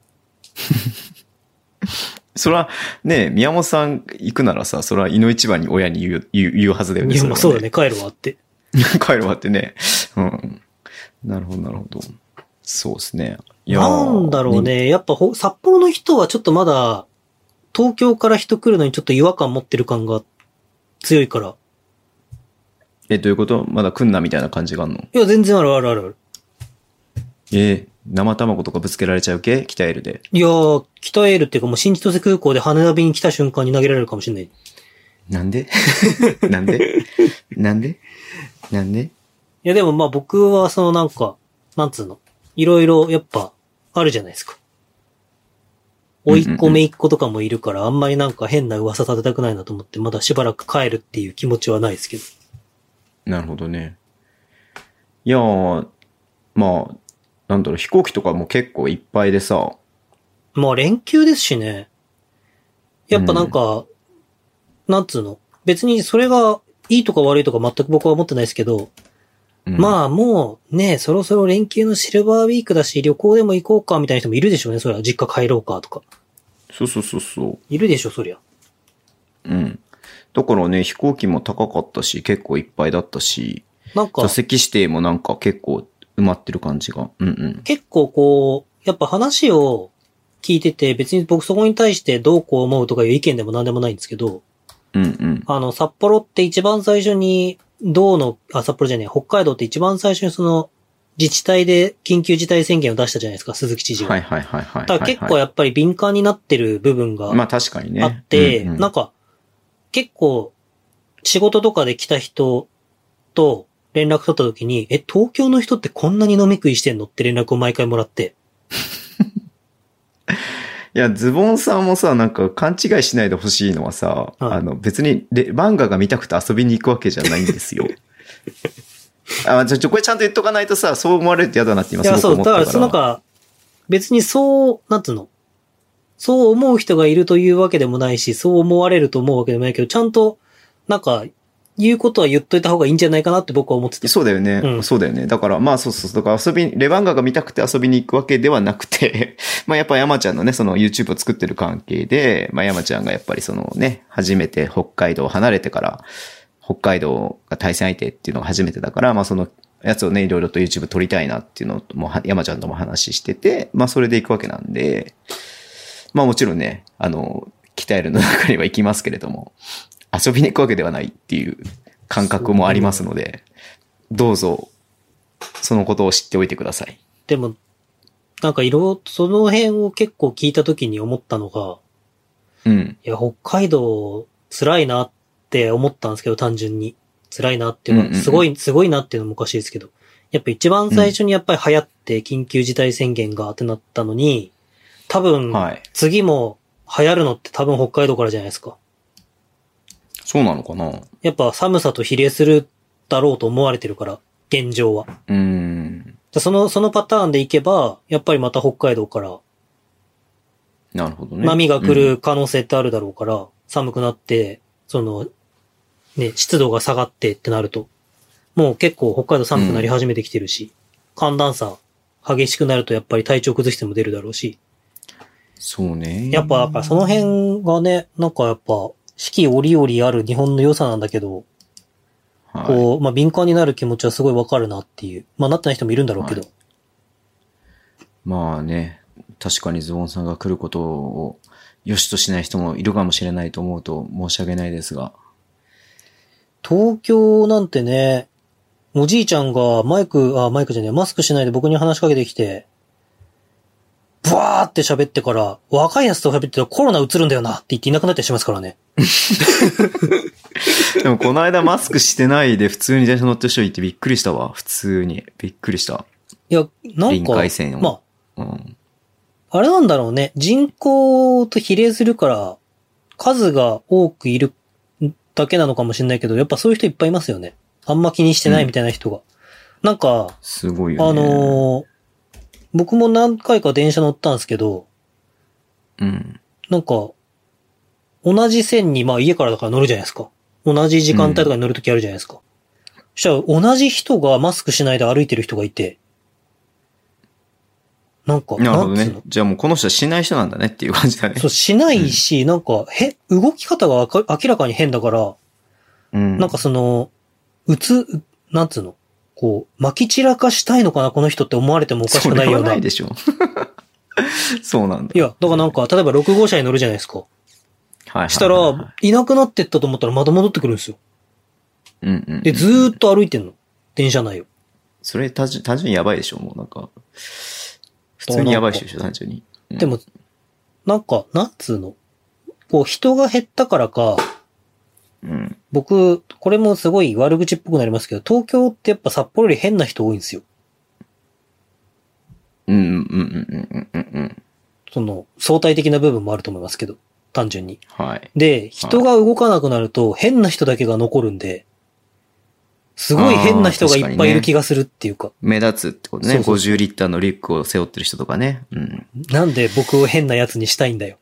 それは、ね、宮本さん行くならさ、それは井の一番に親に言う、言う、言うはずだよね。 いや、 まあそうだね、帰るわって。 帰るわってね。うん。なるほど、なるほど。そうですね。 いやなんだろうね。やっぱほ、札幌の人はちょっとまだ、東京から人来るのにちょっと違和感持ってる感が強いから。 え、どういうこと？まだ来んなみたいな感じがあるの？ いや、全然あるあるあるある。 えー、生卵とかぶつけられちゃう系？北エールで。 いやー、北エールっていうかもう新千歳空港で羽田便に来た瞬間に投げられるかもしれない。 なんでなんでなんでなんでいいやでもまあ僕はそのなんか、なんつうの、いろいろやっぱあるじゃないですか。甥っ子姪っ子とかもいるから、あんまりなんか変な噂立てたくないなと思って、まだしばらく帰るっていう気持ちはないですけど。 なるほどね。いやー、まあ、なんだろう、飛行機とかも結構いっぱいでさ。 まあ連休ですしね。やっぱなんか、うん、なんつうの、別にそれがいいとか悪いとか全く僕は思ってないですけど、うん、まあもうね、そろそろ連休のシルバーウィークだし、旅行でも行こうかみたいな人もいるでしょうね。そりゃ実家帰ろうかとか。 そうそうそうそう。 いるでしょ、そりゃ。 うん。だからね、飛行機も高かったし、結構いっぱいだったし、なんか座席指定もなんか結構埋まってる感じが。うんうん。 結構こう、やっぱ話を聞いてて、別に僕そこに対してどうこう思うとかいう意見でもなんでもないんですけど、 うんうん。 あの、札幌って一番最初に、道の、あ、札幌じゃねえ、北海道って一番最初にその、自治体で緊急事態宣言を出したじゃないですか、鈴木知事が。 はいはいはいはい、はい。 だから結構やっぱり敏感になってる部分が。 まあ確かにね。 あって、 うんうん、 なんか、結構、仕事とかで来た人と連絡取った時に、え、東京の人ってこんなに飲み食いしてんのって連絡を毎回もらって。 いや、ズボンさんもさ、なんか勘違いしないでほしいのはさ、はい、あの別にレ漫画が見たくて遊びに行くわけじゃないんですよ。あ、ちょ、ちょ、これちゃんと言っとかないとさ、そう思われると嫌だなって今すごく思ったから。いや、そう、だから、 なんか、別にそう、なんつうの、そう思う人がいるというわけでもないし、そう思われると思うわけでもないけど、ちゃんと、なんか、言うことは言っといた方がいいんじゃないかなって僕は思ってた。 そうだよね。うん、そうだよね。だから、まあそうそうそう。だから遊び、レバンガが見たくて遊びに行くわけではなくて、まあやっぱ山ちゃんのね、その YouTube を作ってる関係で、まあ山ちゃんがやっぱりそのね、初めて北海道を離れてから、北海道が対戦相手っていうのが初めてだから、まあそのやつをね、いろいろと YouTube 撮りたいなっていうのも、山ちゃんとも話してて、まあそれで行くわけなんで、まあもちろんね、あの、鍛えるの中には行きますけれども、遊びに行くわけではないっていう感覚もありますので、どうぞ、そのことを知っておいてください。 でも、なんかいろいろ、その辺を結構聞いたときに思ったのが、 うん。 いや、北海道辛いなって思ったんですけど、単純に。辛いなっていうのは、すごい、すごいなっていうのもおかしいですけど、やっぱ一番最初にやっぱり流行って緊急事態宣言がってなったのに、多分、次も流行るのって多分北海道からじゃないですか。 そうなのかな？ やっぱ寒さと比例するだろうと思われてるから、現状は。 うーん。 その、そのパターンでいけば、やっぱりまた北海道から、 なるほどね。 波が来る可能性ってあるだろうから、うん、寒くなって、その、ね、湿度が下がってってなると、もう結構北海道寒くなり始めてきてるし、うん、寒暖差激しくなるとやっぱり体調崩しても出るだろうし。 そうね。 やっぱ、やっぱその辺がね、なんかやっぱ、四季折々ある日本の良さなんだけど、はい、こう、まあ、敏感になる気持ちはすごいわかるなっていう。まあ、なってない人もいるんだろうけど。はい、 まあね、確かにズボンさんが来ることを良しとしない人もいるかもしれないと思うと申し訳ないですが。 東京なんてね、おじいちゃんがマイク、あ、マイクじゃねえ、マスクしないで僕に話しかけてきて、ブワーって喋ってから、若いやつと喋ってたらコロナ移るんだよなって言っていなくなったりしますからね。 でもこの間マスクしてないで普通に電車乗ってる人いてびっくりしたわ。普通に。びっくりした。 いや、なんか、 臨海線を。 まあ、うん、あれなんだろうね。人口と比例するから、数が多くいるだけなのかもしれないけど、やっぱそういう人いっぱいいますよね。あんま気にしてないみたいな人が。うん、なんか、 すごいよね。 あのー、僕も何回か電車乗ったんですけど、 うん。 なんか、同じ線に、まあ家からだから乗るじゃないですか。同じ時間帯とかに乗るときあるじゃないですか。うん、そしたら同じ人がマスクしないで歩いてる人がいて、なんか、 なるほどね。じゃあもうこの人はしない人なんだねっていう感じだね。 そう、しないし、うん、なんか、へ、動き方が明らかに変だから、 うん、 なんかその、うつ、なんつうのこう、撒き散らかしたいのかな、この人って思われてもおかしくないような。 それはないでしょ。そうなんだ。 いや、だからなんか、例えばろく号車に乗るじゃないですか。 はいはいはいはい。 したら、いなくなってったと思ったらまた戻ってくるんですよ。 うんうん、うん。 で、ずーっと歩いてんの。電車内を。 それ単純、単純にやばいでしょ、もうなんか。普通にやばいでしょ、単純に。 うん、でも、なんか、なんつうのこう、人が減ったからか、 うん。 僕、これもすごい悪口っぽくなりますけど、東京ってやっぱ札幌より変な人多いんですよ。 うんうんうんうんうんうん。 その、相対的な部分もあると思いますけど、単純に。 はい。 で、人が動かなくなると変な人だけが残るんで、すごい変な人がいっぱいいる気がするっていうか。かね、 目立つってことね。そうそうそうごじゅうリッターのリュックを背負ってる人とかね。うん。 なんで僕を変なやつにしたいんだよ。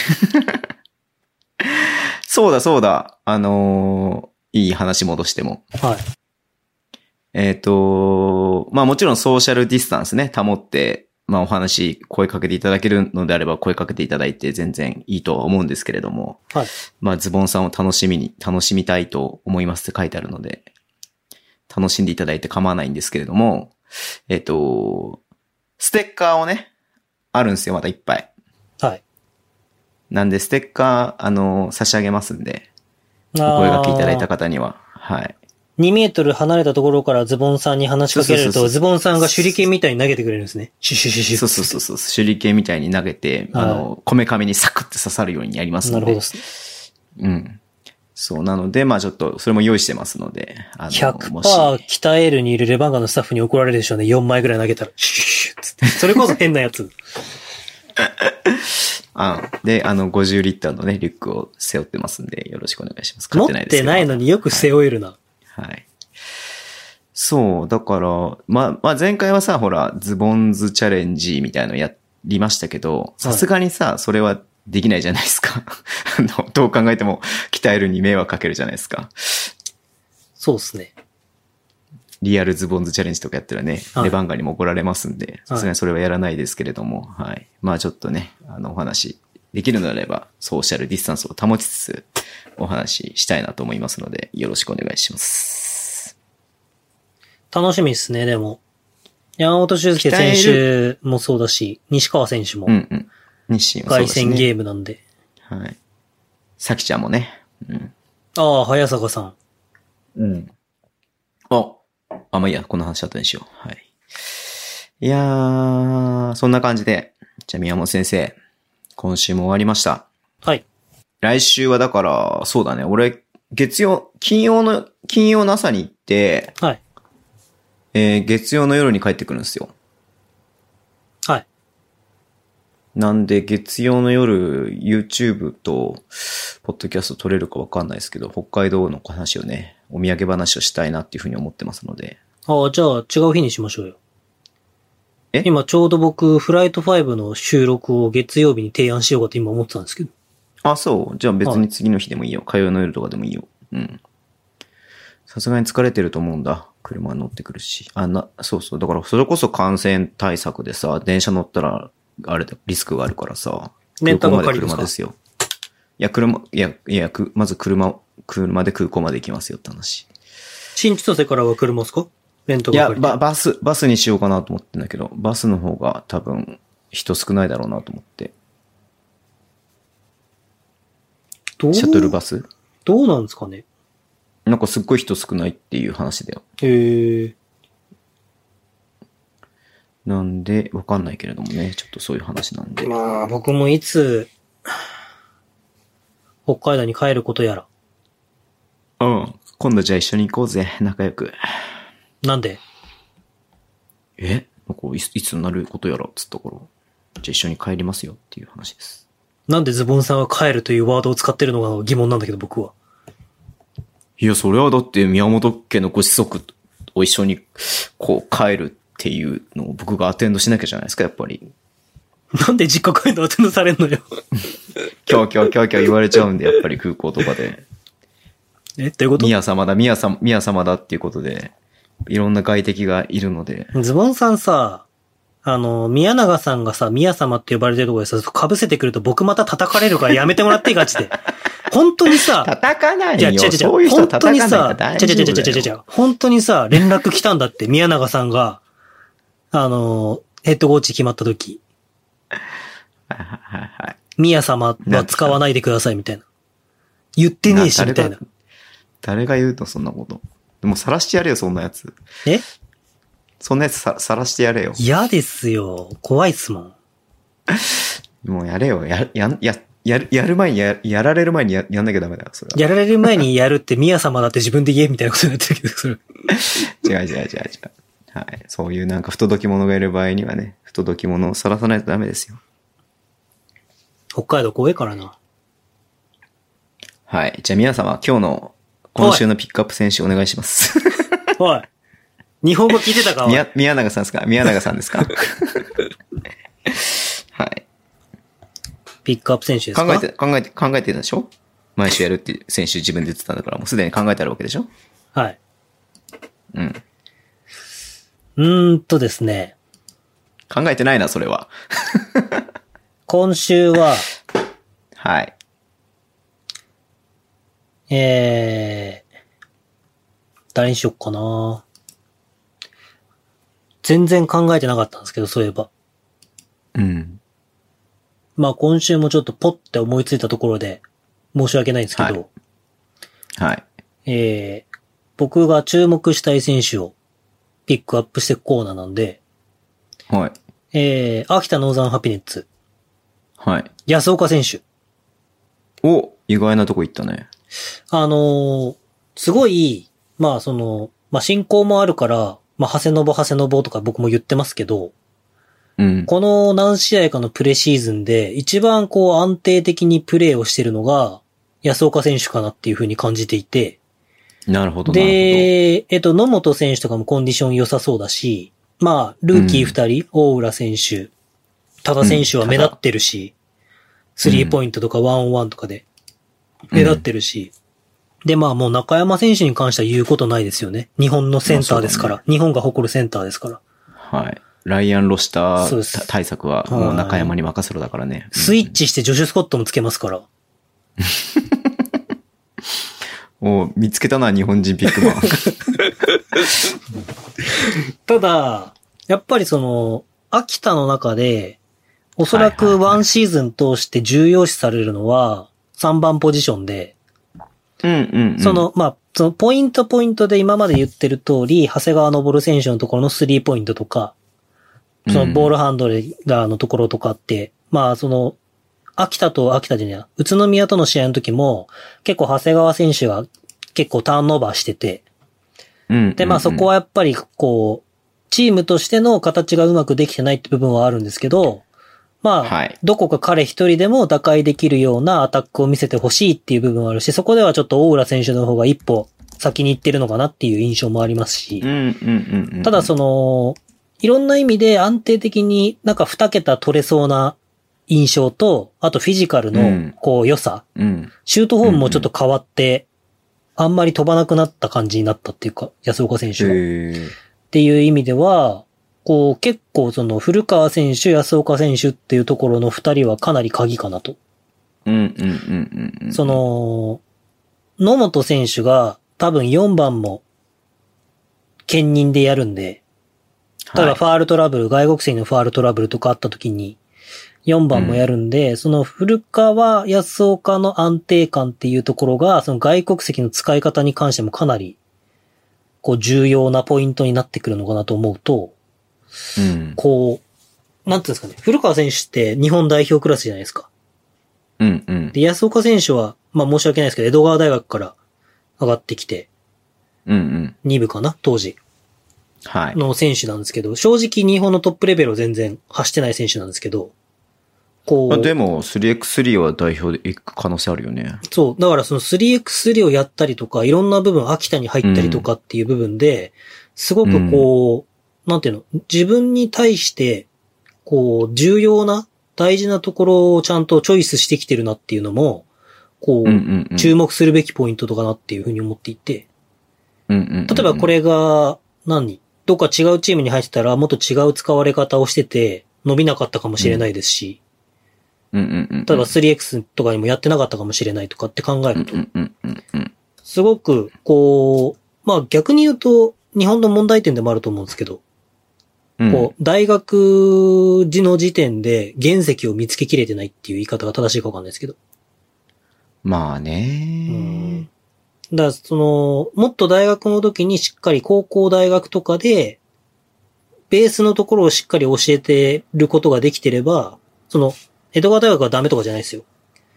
そうだそうだ。あのー、いい話戻しても。 はい。 えっと、まあもちろんソーシャルディスタンスね、保って、まあお話、声かけていただけるのであれば声かけていただいて全然いいとは思うんですけれども。 はい。 まあズボンさんを楽しみに、楽しみたいと思いますって書いてあるので、楽しんでいただいて構わないんですけれども、えっと、ステッカーをね、あるんですよ、またいっぱい。 はい。 なんで、ステッカー、あの、差し上げますんで、お声掛けいただいた方には、はい。 にメートル離れたところからズボンさんに話しかけられると、ズボンさんが手裏剣みたいに投げてくれるんですね。シュシュシュシュ。 そうそうそうそう。手裏剣みたいに投げて、あの、こめかみにサクッて刺さるようにやりますので。 なるほどですね。うん。そう、なので、まあちょっと、それも用意してますので、あの、 ひゃくパーセント 鍛えるにいるレバンガのスタッフに怒られるでしょうね。よんまいぐらい投げたら。シュシュシュつって。それこそ変なやつ。 あで、あの、ごじゅうリッターのね、リュックを背負ってますんで、よろしくお願いします。買ってないですけど。 持ってないのによく背負えるな。 はい。はい、そう、だから、まあ、まあ、前回はさ、ほら、ズボンズチャレンジみたいなのやりましたけど、さすがにさ、それはできないじゃないですか。あの、どう考えても、鍛えるに迷惑かけるじゃないですか。 そうですね。 リアルズボンズチャレンジとかやったらね、はい、レバンガにも怒られますんで、さすがにそれはやらないですけれども、はい、はい。まあちょっとね、あの、お話できるのであれば、ソーシャルディスタンスを保ちつつ、お話ししたいなと思いますので、よろしくお願いします。 楽しみですね、でも。山本修介選手もそうだし、西川選手も。 うんうん。西もそうだし、ね。 凱旋ゲームなんで。 はい。さきちゃんもね。うん。 ああ、早坂さん。 うん。あ、あ、まあいいや、この話後にしよう。はい。いやー、そんな感じで、じゃあ宮本先生、今週も終わりました。 はい。 来週はだから、そうだね、俺、月曜、金曜の、金曜の朝に行って、 はい。 えー、月曜の夜に帰ってくるんですよ。 はい。 なんで、月曜の夜、YouTube と、ポッドキャスト撮れるかわかんないですけど、北海道の話をね、お土産話をしたいなっていうふうに思ってますので。 ああ、じゃあ違う日にしましょうよ。 え？ 今ちょうど僕、フライトファイブの収録を月曜日に提案しようかと今思ってたんですけど。 あ、そう。じゃあ別に次の日でもいいよ。火曜の夜とかでもいいよ。うん。さすがに疲れてると思うんだ。車に乗ってくるし。あ、な、そうそう。だからそれこそ感染対策でさ、電車乗ったら、あれだ、リスクがあるからさ。 レンタカー借りますか？ 車ですよ。いや、車、いや、いや、く、まず車、車で空港まで行きますよって話。 新千歳からは車ですか？レンタカー借りて。 いや、バ、バス、バスにしようかなと思ってんだけど、バスの方が多分、人少ないだろうなと思って。 どうシャトルバス？ どうなんですかね？ なんかすっごい人少ないっていう話だよ。 へえ。 なんで、わかんないけれどもね、ちょっとそういう話なんで。 まあ、僕もいつ、北海道に帰ることやら。 うん。今度じゃあ一緒に行こうぜ、仲良く。 なんで？ えなんかいつ、いつになることやらっつったから、じゃあ一緒に帰りますよっていう話です。 なんでズボンさんは帰るというワードを使ってるのが疑問なんだけど、僕は。 いや、それはだって宮本家のご子息を一緒にこう帰るっていうのを僕がアテンドしなきゃじゃないですか、やっぱり。 なんで実家帰るのアテンドされんのよ。 キャーキャーキャーキャー言われちゃうんで、やっぱり空港とかで。 え、どういうこと？ 宮様だ、宮様、宮様だっていうことで、いろんな外敵がいるので。 ズボンさんさ、あの、宮永さんがさ、宮様って呼ばれてるところでさ、被せてくると僕また叩かれるからやめてもらっていいガチで。本当にさ、 叩かないよ。 じゃあ、違う違う違う。 そういう人叩かないから本当にさ、違う違う違う違う違う。本当にさ、連絡来たんだって、宮永さんが、あの、ヘッドコーチ決まった時。 はいはいはい。 宮様は使わないでくださいみたいな。言ってねえし、みたいな。 誰が言うとそんなこと。でも晒してやれよ、そんなやつ。 え？ そんなやつさ、晒してやれよ。 嫌ですよ。怖いっすもん。 もうやれよ。や、や、や、 やる、やる前にや、やられる前に や, やんなきゃダメだよ、それは。 やられる前にやるって宮様だって自分で言えみたいなことになってるけど、それ。 違う違う違う違う。はい。そういうなんか不届き者がいる場合にはね、不届き者をさらさないとダメですよ。 北海道怖いからな。 はい。じゃあ皆様、今日の、今週のピックアップ選手お願いします。 おい。日本語聞いてたか？ 宮、宮永さんですか？宮永さんですか？はい。 ピックアップ選手ですか？ 考えて、考えて、考えてたでしょ？毎週やるっていう選手自分で言ってたんだから、もうすでに考えてあるわけでしょ？ はい。 うん。 うーんとですね。 考えてないな、それは。 今週は、 はい。 えー、誰にしよっかな。全然考えてなかったんですけど、そういえば。 うん。 まあ今週もちょっとポッて思いついたところで申し訳ないんですけど、 はい。はい、 えー、僕が注目したい選手をピックアップしていくコーナーなんで、 はい。 えー、秋田ノーザンハピネッツ。 はい。 安岡選手。 お、意外なとこ行ったね。 あのー、すごい、まあその、まあ進行もあるから、まあ長谷信長谷信とか僕も言ってますけど、 うん、 この何試合かのプレシーズンで一番こう安定的にプレーをしてるのが安岡選手かなっていう風に感じていて。 なるほど。 で、えっと、野本選手とかもコンディション良さそうだし、まあ、ルーキー二人、うん、大浦選手、多田選手は目立ってるし、スリーポイントとかワンオンワンとかで目立ってるし、うん、で、まあもう中山選手に関しては言うことないですよね。日本のセンターですから。まあね、日本が誇るセンターですから。 はい。ライアン・ロシター対策はもう中山に任せろだからね。 スイッチしてジョシュ・スコットもつけますから。 お見つけたな、日本人ピックマン。 ただ、やっぱりその、秋田の中で、おそらくワンシーズン通して重要視されるのはさんばんポジションで、 うんうんうん、 その、まあ、そのポイントポイントで今まで言ってる通り、長谷川昇選手のところのスリーポイントとか、そのボールハンドラーのところとかって、うん、まあその、秋田と秋田じゃねえ、宇都宮との試合の時も、結構長谷川選手が結構ターンオーバーしてて、 うんうんうん、 でまあそこはやっぱりこう、チームとしての形がうまくできてないって部分はあるんですけど、まあ、はい、どこか彼一人でも打開できるようなアタックを見せてほしいっていう部分はあるし、そこではちょっと大浦選手の方が一歩先に行ってるのかなっていう印象もありますし、 うんうんうんうん、 ただその、いろんな意味で安定的になんか二桁取れそうな印象と、あとフィジカルのこう良さ、 うん、 シュートフォームもちょっと変わって、あんまり飛ばなくなった感じになったっていうか、安岡選手が。っていう意味では、こう結構その古川選手、安岡選手っていうところの二人はかなり鍵かなと。 うんうんうんうん、 その、野本選手が多分よんばんも兼任でやるんで、ただファールトラブル、はい、外国籍のファールトラブルとかあった時によんばんもやるんで、うん、その古川安岡の安定感っていうところが、その外国籍の使い方に関してもかなりこう重要なポイントになってくるのかなと思うと、 うん、 こう、なんていうんですかね、古川選手って日本代表クラスじゃないですか。 うんうん、 で、安岡選手は、まあ申し訳ないですけど、江戸川大学から上がってきて、 うんうん、 に部かな当時。 はい。 の選手なんですけど、正直日本のトップレベルを全然走ってない選手なんですけど、こう。 でも スリーエックススリー は代表で行く可能性あるよね。 そう。だからその スリーエックススリー をやったりとか、いろんな部分、秋田に入ったりとかっていう部分で、うん、すごくこう、なんていうの、自分に対して、こう、重要な、大事なところをちゃんとチョイスしてきてるなっていうのも、こう、うんうんうん、注目するべきポイントとかなっていうふうに思っていて、 うんうんうんうん、 例えばこれが何、どっか違うチームに入ってたらもっと違う使われ方をしてて伸びなかったかもしれないですし、 うんうんうんうん、 例えば スリーエックス とかにもやってなかったかもしれないとかって考えると、 うんうんうんうん、 すごくこう、まあ逆に言うと日本の問題点でもあると思うんですけど、 うん、 こう大学時の時点で原石を見つけきれてないっていう言い方が正しいかわかんないですけど。 まあね、 うん。だからその、もっと大学の時にしっかり高校大学とかで、ベースのところをしっかり教えてることができてれば、その、江戸川大学はダメとかじゃないですよ。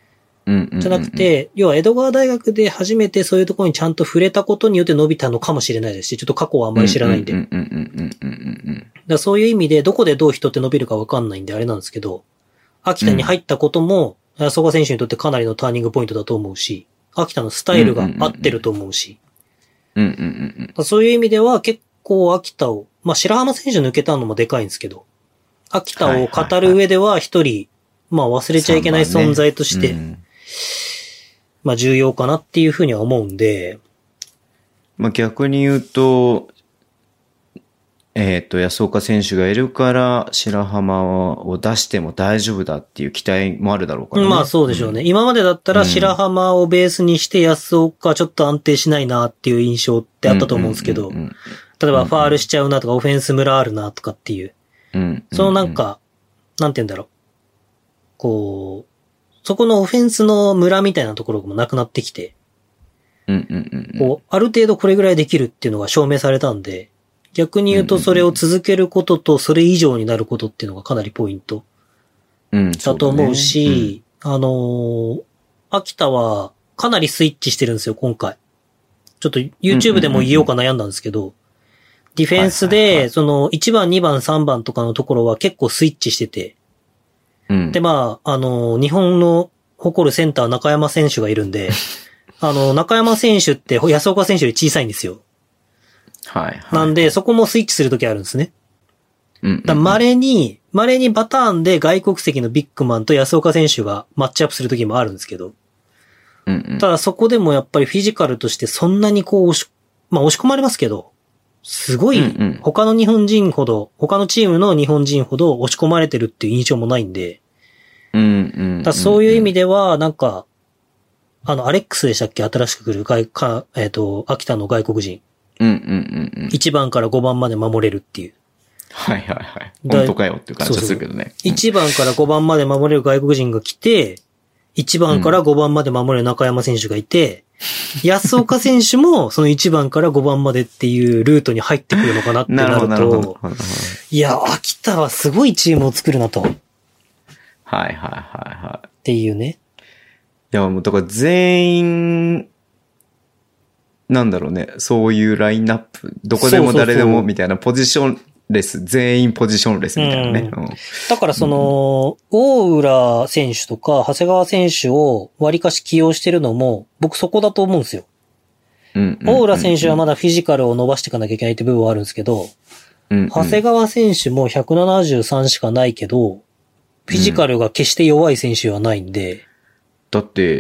じゃなくて、要は江戸川大学で初めてそういうところにちゃんと触れたことによって伸びたのかもしれないですし、ちょっと過去はあんまり知らないんで。だからそういう意味でどこでどう人って伸びるかわかんないんであれなんですけど、秋田に入ったことも、安岡選手にとってかなりのターニングポイントだと思うし、秋田のスタイルが合ってると思うし。そういう意味では結構秋田を、まあ白浜選手抜けたのもでかいんですけど、秋田を語る上では一人、まあ忘れちゃいけない存在として、まあ重要かなっていうふうには思うんで。 まあ逆に言うと、えっと、安岡選手がいるから白浜を出しても大丈夫だっていう期待もあるだろうからね。 まあそうでしょうね。うん、今までだったら白浜をベースにして安岡ちょっと安定しないなっていう印象ってあったと思うんですけど、例えばファールしちゃうなとかオフェンスムラあるなとかっていう。そのなんか、なんて言うんだろう。こう、そこのオフェンスのムラみたいなところもなくなってきて、こう、ある程度これぐらいできるっていうのが証明されたんで、逆に言うとそれを続けることとそれ以上になることっていうのがかなりポイントだと思うし、あのー、秋田はかなりスイッチしてるんですよ、今回。ちょっと YouTube でも言おうか悩んだんですけど、ディフェンスで、そのいちばん、にばん、さんばんとかのところは結構スイッチしてて、で、まあ、あのー、日本の誇るセンター中山選手がいるんで、あの、中山選手って安岡選手より小さいんですよ。 はい、はい。 なんで、そこもスイッチするときあるんですね。うん。だ稀に、稀にパターンで外国籍のビッグマンと安岡選手がマッチアップするときもあるんですけど。 うんうん、 ただそこでもやっぱりフィジカルとしてそんなにこう押し、まあ押し込まれますけど、すごい他の日本人ほど、他のチームの日本人ほど押し込まれてるっていう印象もないんで。 うんうんうん、 だそういう意味では、なんか、あの、アレックスでしたっけ新しく来る外、か、えっと、秋田の外国人。 うんうんうんうん。 いちばんからごばんまで守れるっていう。 はいはいはい。本当かよっていう感じがするけどね。そうそういちばんからごばんまで守れる外国人が来て、いちばんからごばんまで守れる中山選手がいて、うん、安岡選手もそのいちばんからごばんまでっていうルートに入ってくるのかなってなると、 なるほどいや、秋田はすごいチームを作るなと。はいはいはいはい。 っていうね。 いや、もうだから全員、なんだろうね、そういうラインナップ、どこでも誰でもみたいなポジションレス、全員ポジションレスみたいなね。うんうん、 だからその、うん、大浦選手とか長谷川選手を割かし起用してるのも、僕そこだと思うんですよ。うんうんうんうん、大浦選手はまだフィジカルを伸ばしていかなきゃいけないって部分はあるんですけど、うんうん、長谷川選手もひゃくななじゅうさんしかないけど、フィジカルが決して弱い選手はないんで。うん、 だって、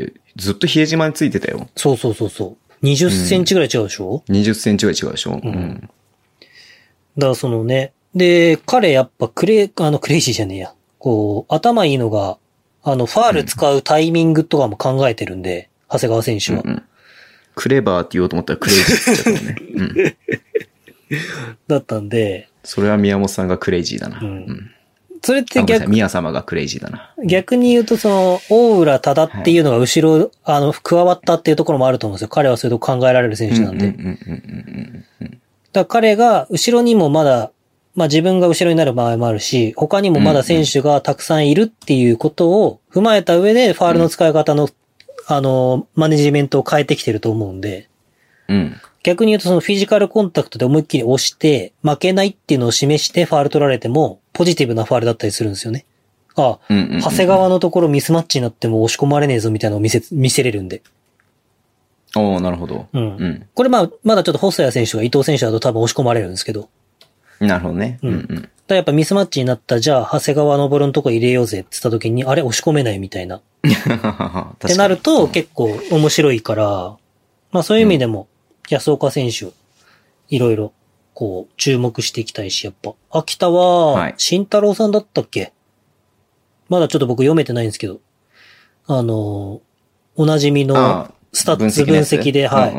ずっと比江島についてたよ。 そうそうそうそう。にじゅっセンチぐらい違うでしょ、 うん、にじゅっセンチぐらい違うでしょ、うん、うん。 だからそのね、で、彼やっぱクレ、あのクレイジーじゃねえや。こう、頭いいのが、あの、ファール使うタイミングとかも考えてるんで、うん、長谷川選手は、 うんうん。クレバーって言おうと思ったらクレイジーって言っちゃったもんね。 うん、だったんで。 それは宮本さんがクレイジーだな。うんうんそれって逆、 宮様がクレイジーだな。 逆に言うと、その、大浦多田っていうのが後ろ、はい、あの、加わったっていうところもあると思うんですよ。彼はそういうと考えられる選手なんで。だから彼が、後ろにもまだ、まあ自分が後ろになる場合もあるし、他にもまだ選手がたくさんいるっていうことを踏まえた上で、ファールの使い方の、うん、あの、マネジメントを変えてきてると思うんで。 うん。 逆に言うとそのフィジカルコンタクトで思いっきり押して、負けないっていうのを示してファール取られても、ポジティブなファールだったりするんですよね。ああ、うんうんうん、長谷川のところミスマッチになっても押し込まれねえぞみたいなのを見せ、見せれるんで。 おー、なるほど。 うん。うん、これまあ、まだちょっと細谷選手が伊藤選手だと多分押し込まれるんですけど。 なるほどね。 うん。うん、だからやっぱミスマッチになった、じゃあ長谷川昇のとこ入れようぜって言った時に、あれ押し込めないみたいな。ってなると結構面白いから、まあそういう意味でも、安岡選手、いろいろ、こう、注目していきたいし、やっぱ。秋田は、慎太郎さんだったっけ？まだちょっと僕読めてないんですけど、あの、おなじみのスタッツ分析で、はい、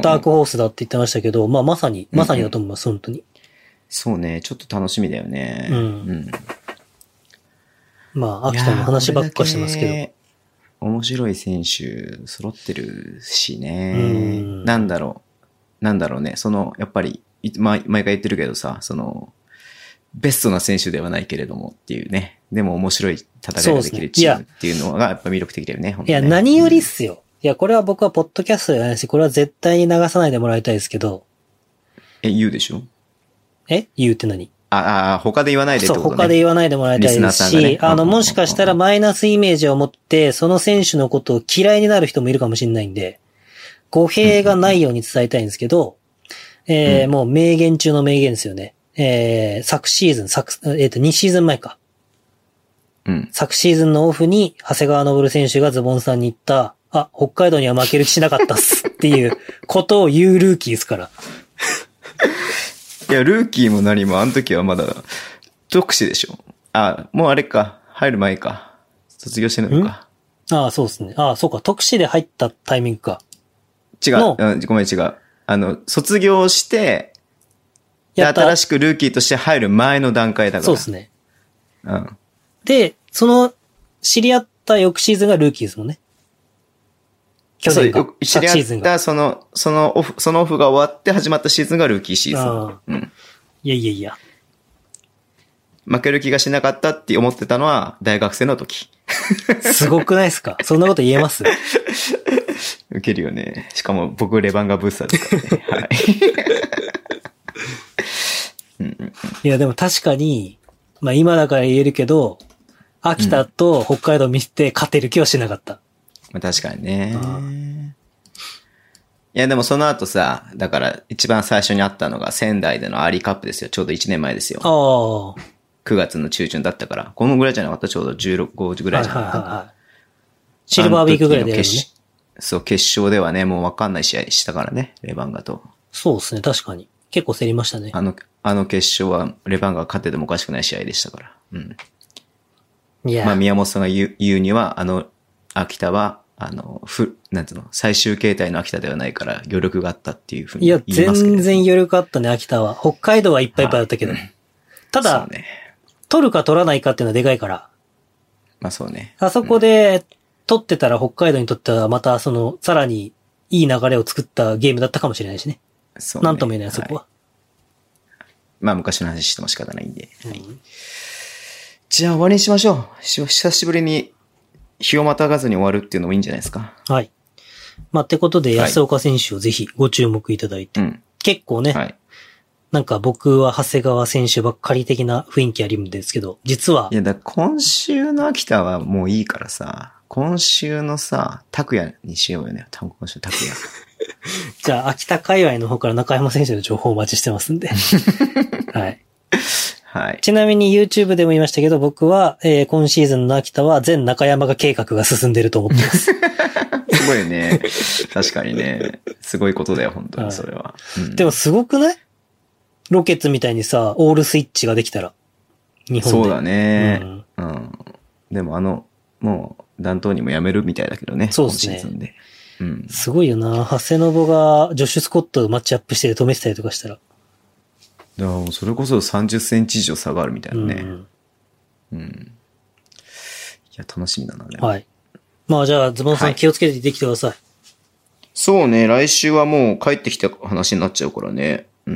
ダークホースだって言ってましたけど、まあまさに、まさにだと思います、うんうん、本当に。 そうね、ちょっと楽しみだよね。うん。うん、 まあ、秋田の話ばっかしてますけど。面白い選手揃ってるしね。んなんだろう。なんだろうね。その、やっぱり、毎回言ってるけどさ、その、 ベストな選手ではないけれどもっていうね。でも面白い戦いができるチームっていうのがやっぱ魅力的だよね。 いや、 ね何よりっすよ。いや、これは僕はポッドキャストじゃないし、これは絶対に流さないでもらいたいですけど。 え、言うでしょ？ え言うって何？ ああ、他で言わないでってことね。 そう、他で言わないでもらいたいですし、ね、あの、もしかしたらマイナスイメージを持って、その選手のことを嫌いになる人もいるかもしれないんで、語弊がないように伝えたいんですけど、うん、えー、もう名言中の名言ですよね。えー、昨シーズン、昨、えっと、にシーズン前か。 うん。 昨シーズンのオフに、長谷川昇選手がズボンさんに言った、あ、北海道には負ける気しなかったっすっていうことを言うルーキーですから。 いや、ルーキーも何もあの時はまだ、特殊でしょ。あ、もうあれか。入る前か。卒業してるのか。 ああ、そうですね。ああ、そうか。特殊で入ったタイミングか。 違う。うん、ごめん違う。あの、卒業して、で、新しくルーキーとして入る前の段階だから。 そうですね。 うん。 で、その、知り合った翌シーズンがルーキーですもんね。去年が。 そう、知り合った、その、そのオフ、そのオフが終わって始まったシーズンがルーキーシーズン。 あうん。いやいやいや。 負ける気がしなかったって思ってたのは大学生の時。 すごくないですか？そんなこと言えます？ 受けるよね。しかも僕レバンガブースターですからね。はい。 いやでも確かに、まあ今だから言えるけど、秋田と北海道見せて勝てる気はしなかった。 まあ確かにね。いやでもその後さ、だから一番最初にあったのが仙台でのアーリーカップですよ。ちょうどいちねんまえですよ。 ああ。 くがつの中旬だったから。このぐらいじゃなかった？ちょうどじゅうろく、ごぐらいじゃなかった、はいはいはい、 シルバーウィークぐらいでやるのね。 そう、決勝ではね、もう分かんない試合したからね、レバンガと。 そうですね、確かに。結構競りましたね。 あの、あの決勝はレバンガが勝っててもおかしくない試合でしたから。うん。いや。まあ宮本さんが言う、言うには、あの、秋田は、あの、ふ、なんつうの、最終形態の秋田ではないから余力があったっていうふうに言いますけど。いや、 全然余力あったね、秋田は。北海道はいっぱいいっぱいだったけど。ただ、ね、取るか取らないかっていうのはでかいから。 まあそうね。 あそこで、取ってたら北海道にとってはまたその、さらにいい流れを作ったゲームだったかもしれないしね。そうね。なんとも言えない、そこは。はい、 まあ昔の話しても仕方ないんで。うん、はい、じゃあ終わりにしましょう。久しぶりに日をまたがずに終わるっていうのもいいんじゃないですか。 はい。まあってことで安岡選手をぜひご注目いただいて。はい、結構ね。はい。なんか僕は長谷川選手ばっかり的な雰囲気あるんですけど、実は。 いやだ今週の秋田はもういいからさ。今週のさ、拓也にしようよね。今週拓也。 じゃあ、秋田界隈の方から中山選手の情報をお待ちしてますんで。はい。 はい。 ちなみに YouTube でも言いましたけど、僕は、えー、今シーズンの秋田は全中山が計画が進んでると思ってます。すごいね。確かにね。すごいことだよ、本当にそれは。はいうん、でもすごくない？ロケッツみたいにさ、オールスイッチができたら。日本で。 そうだね。うん。うん、でもあの、もう、暖冬にもやめるみたいだけどね。 そうですね。 今シーズンで。うん。 すごいよな。長谷信がジョシュ・スコットとマッチアップして止めてたりとかしたら。 だからもうそれこそさんじゅっセンチ以上差があるみたいなね。うん。うん、いや、楽しみだな、ね。 はい。まあじゃあ、ズボンさん気をつけてできてください。はい、 そうね。来週はもう帰ってきた話になっちゃうからね。うん。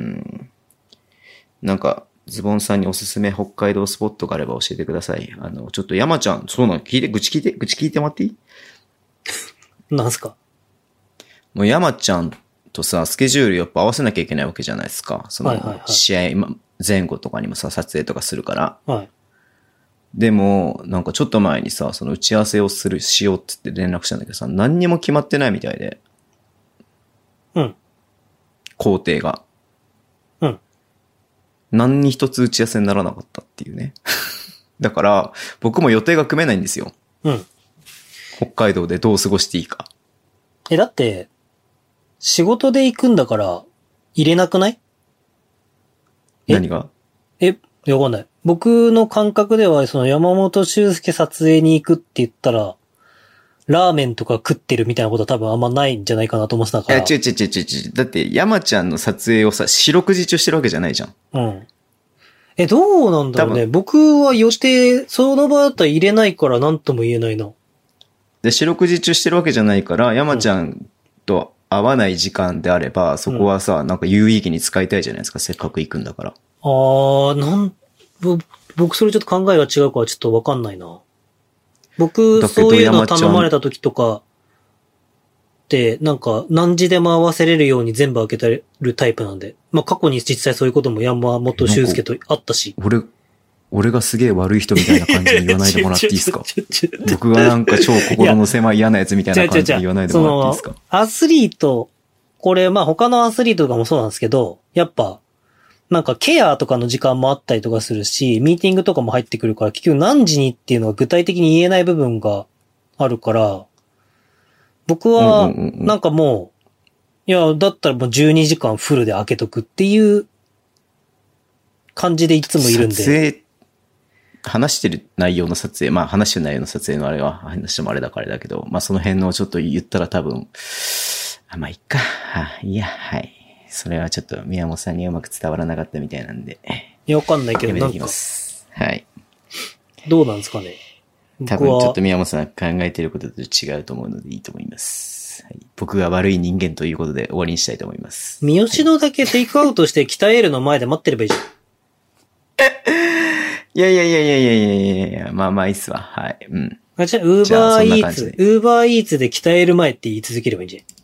なんか、ズボンさんにおすすめ北海道スポットがあれば教えてください。あの、ちょっと山ちゃん、そうなの聞いて、愚痴聞いて、愚痴聞いてもらっていい？ なんすか？ もう山ちゃんとさ、スケジュールやっぱ合わせなきゃいけないわけじゃないですか。その、試合前後とかにもさ、撮影とかするから。 はい。 でも、なんかちょっと前にさ、その打ち合わせをする、しようって言って連絡したんだけどさ、何にも決まってないみたいで。 うん。 工程が。 うん。 何に一つ打ち合わせにならなかったっていうね。だから、僕も予定が組めないんですよ。 うん。 北海道でどう過ごしていいか。 え、だって、仕事で行くんだから、入れなくない？ 何が？ え、わかんない。僕の感覚では、その山本修介撮影に行くって言ったら、ラーメンとか食ってるみたいなことは多分あんまないんじゃないかなと思ってたから。 いや、違う違う違う違う。だって、山ちゃんの撮影をさ、四六時中してるわけじゃないじゃん。 うん。え、どうなんだろうね。僕は予定、その場だったら入れないから何とも言えないな。 で、四六時中してるわけじゃないから、山ちゃんと会わない時間であれば、うん、そこはさ、なんか有意義に使いたいじゃないですか。せっかく行くんだから。 あー、なん、 僕それちょっと考えが違うからちょっとわかんないな。僕、そういうの頼まれた時とか、って、なんか、何時でも合わせれるように全部開けてるタイプなんで。まあ、過去に実際そういうことも山本修介とあったし。 俺、俺がすげえ悪い人みたいな感じに言わないでもらっていいですか？僕がなんか超心の狭い嫌なやつみたいな感じに言わないでもらっていいですか？ アスリート、これまあ他のアスリートとかもそうなんですけど、やっぱ、なんかケアとかの時間もあったりとかするし、ミーティングとかも入ってくるから、結局何時にっていうのは具体的に言えない部分があるから、僕は、なんかもう、いや、だったらもうじゅうにじかんフルで開けとくっていう感じでいつもいるんで。 撮影、話してる内容の撮影、まあ話してる内容の撮影のあれは、話してもあれだからあれだけど、まあその辺のちょっと言ったら多分、あ、まあいっか。あ、いや、はい。それはちょっと宮本さんにうまく伝わらなかったみたいなんで。 いや、わかんないけど、なんか。 はい。 どうなんですかね。 多分ちょっと宮本さんが考えていることと違うと思うのでいいと思います。はい、僕が悪い人間ということで終わりにしたいと思います。 三好のだけテイクアウトして鍛えるの前で待ってればいいじゃん。 いやいやいやいやいやいやいやまあまあいいっすわ。はい。うん。 あ、じゃあ、ウーバーイーツ、ウーバーイーツで鍛える前って言い続ければいいんじゃん。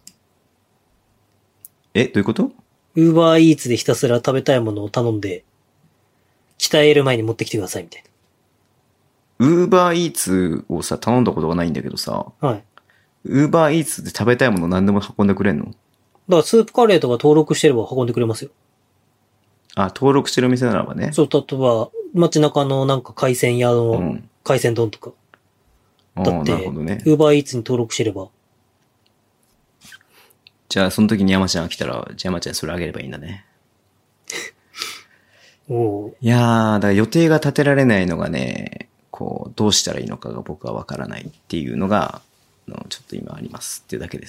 え、どういうこと？ ウーバーイーツでひたすら食べたいものを頼んで、鍛える前に持ってきてくださいみたいな。 ウーバーイーツをさ、頼んだことがないんだけどさ。 はい。 ウーバーイーツで食べたいもの何でも運んでくれんの？だからスープカレーとか登録してれば運んでくれますよ。 あ、登録してる店ならばね。 そう、例えば、街中のなんか海鮮屋の海鮮丼とか。 うん、 だって、 なるほどね。 ウーバーイーツに登録してれば。 じゃあ、その時に山ちゃんが来たら、じゃあ山ちゃんにそれあげればいいんだね。 おいやー、だから予定が立てられないのがね、こう、どうしたらいいのかが僕はわからないっていうのが、のちょっと今ありますっていうだけです。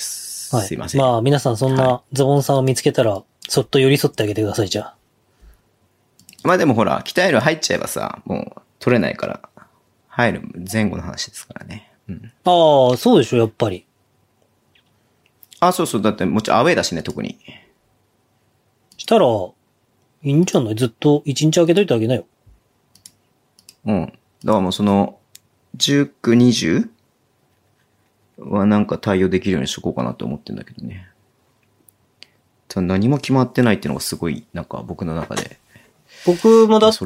はい、すいません。 まあ、皆さんそんなズボンさんを見つけたら、そっと寄り添ってあげてください、じゃあ。 まあでもほら、鍛える入っちゃえばさ、もう取れないから、入る前後の話ですからね。うん、 ああ、そうでしょ、やっぱり。 あ、そうそう、だってもちろんアウェーだしね、特に。 したら、いいんじゃない？ずっと一日開けといてあげなよ。 うん。だからもうその、じゅうく、にじゅうはなんか対応できるようにしとこうかなと思ってんだけどね。ただ何も決まってないっていうのがすごい、なんか僕の中で。 僕もだって、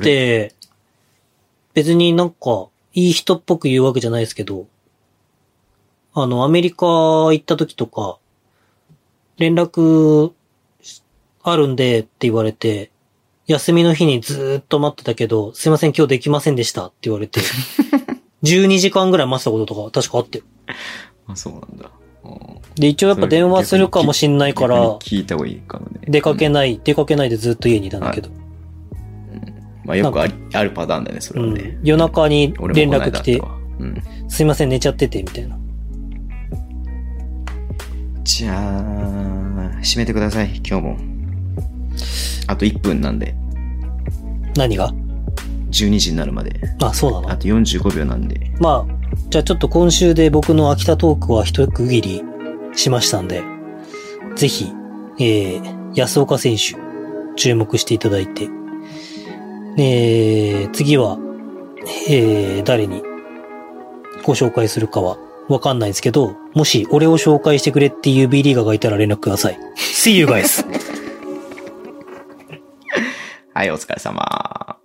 別になんか、いい人っぽく言うわけじゃないですけど、あの、アメリカ行った時とか、連絡あるんでって言われて、休みの日にずーっと待ってたけど、すいません今日できませんでしたって言われて、じゅうにじかんぐらい待ってたこととか確かあってよ。 あ、そうなんだ。 で、一応やっぱ電話するかもしんないから、 聞いた方がいいかもね。 出かけない、うん、出かけないでずっと家にいたんだけど。 はい、うん、まあよくありあるパターンだよね、それはね。 うん、夜中に連絡来て、 うん、 すいません寝ちゃってて、みたいな。 じゃあ、閉めてください、今日も。あといっぷんなんで。 何が？ じゅうにじになるまで。 あ、そうなの？ あとよんじゅうごびょうなんで。 まあ、じゃあちょっと今週で僕の秋田トークは一区切りしましたんで、ぜひ、えー、安岡選手、注目していただいて、えー、次は、えー、誰にご紹介するかはわかんないですけど、もし俺を紹介してくれっていう B リーガーがいたら連絡ください。See you guys! はい、お疲れ様。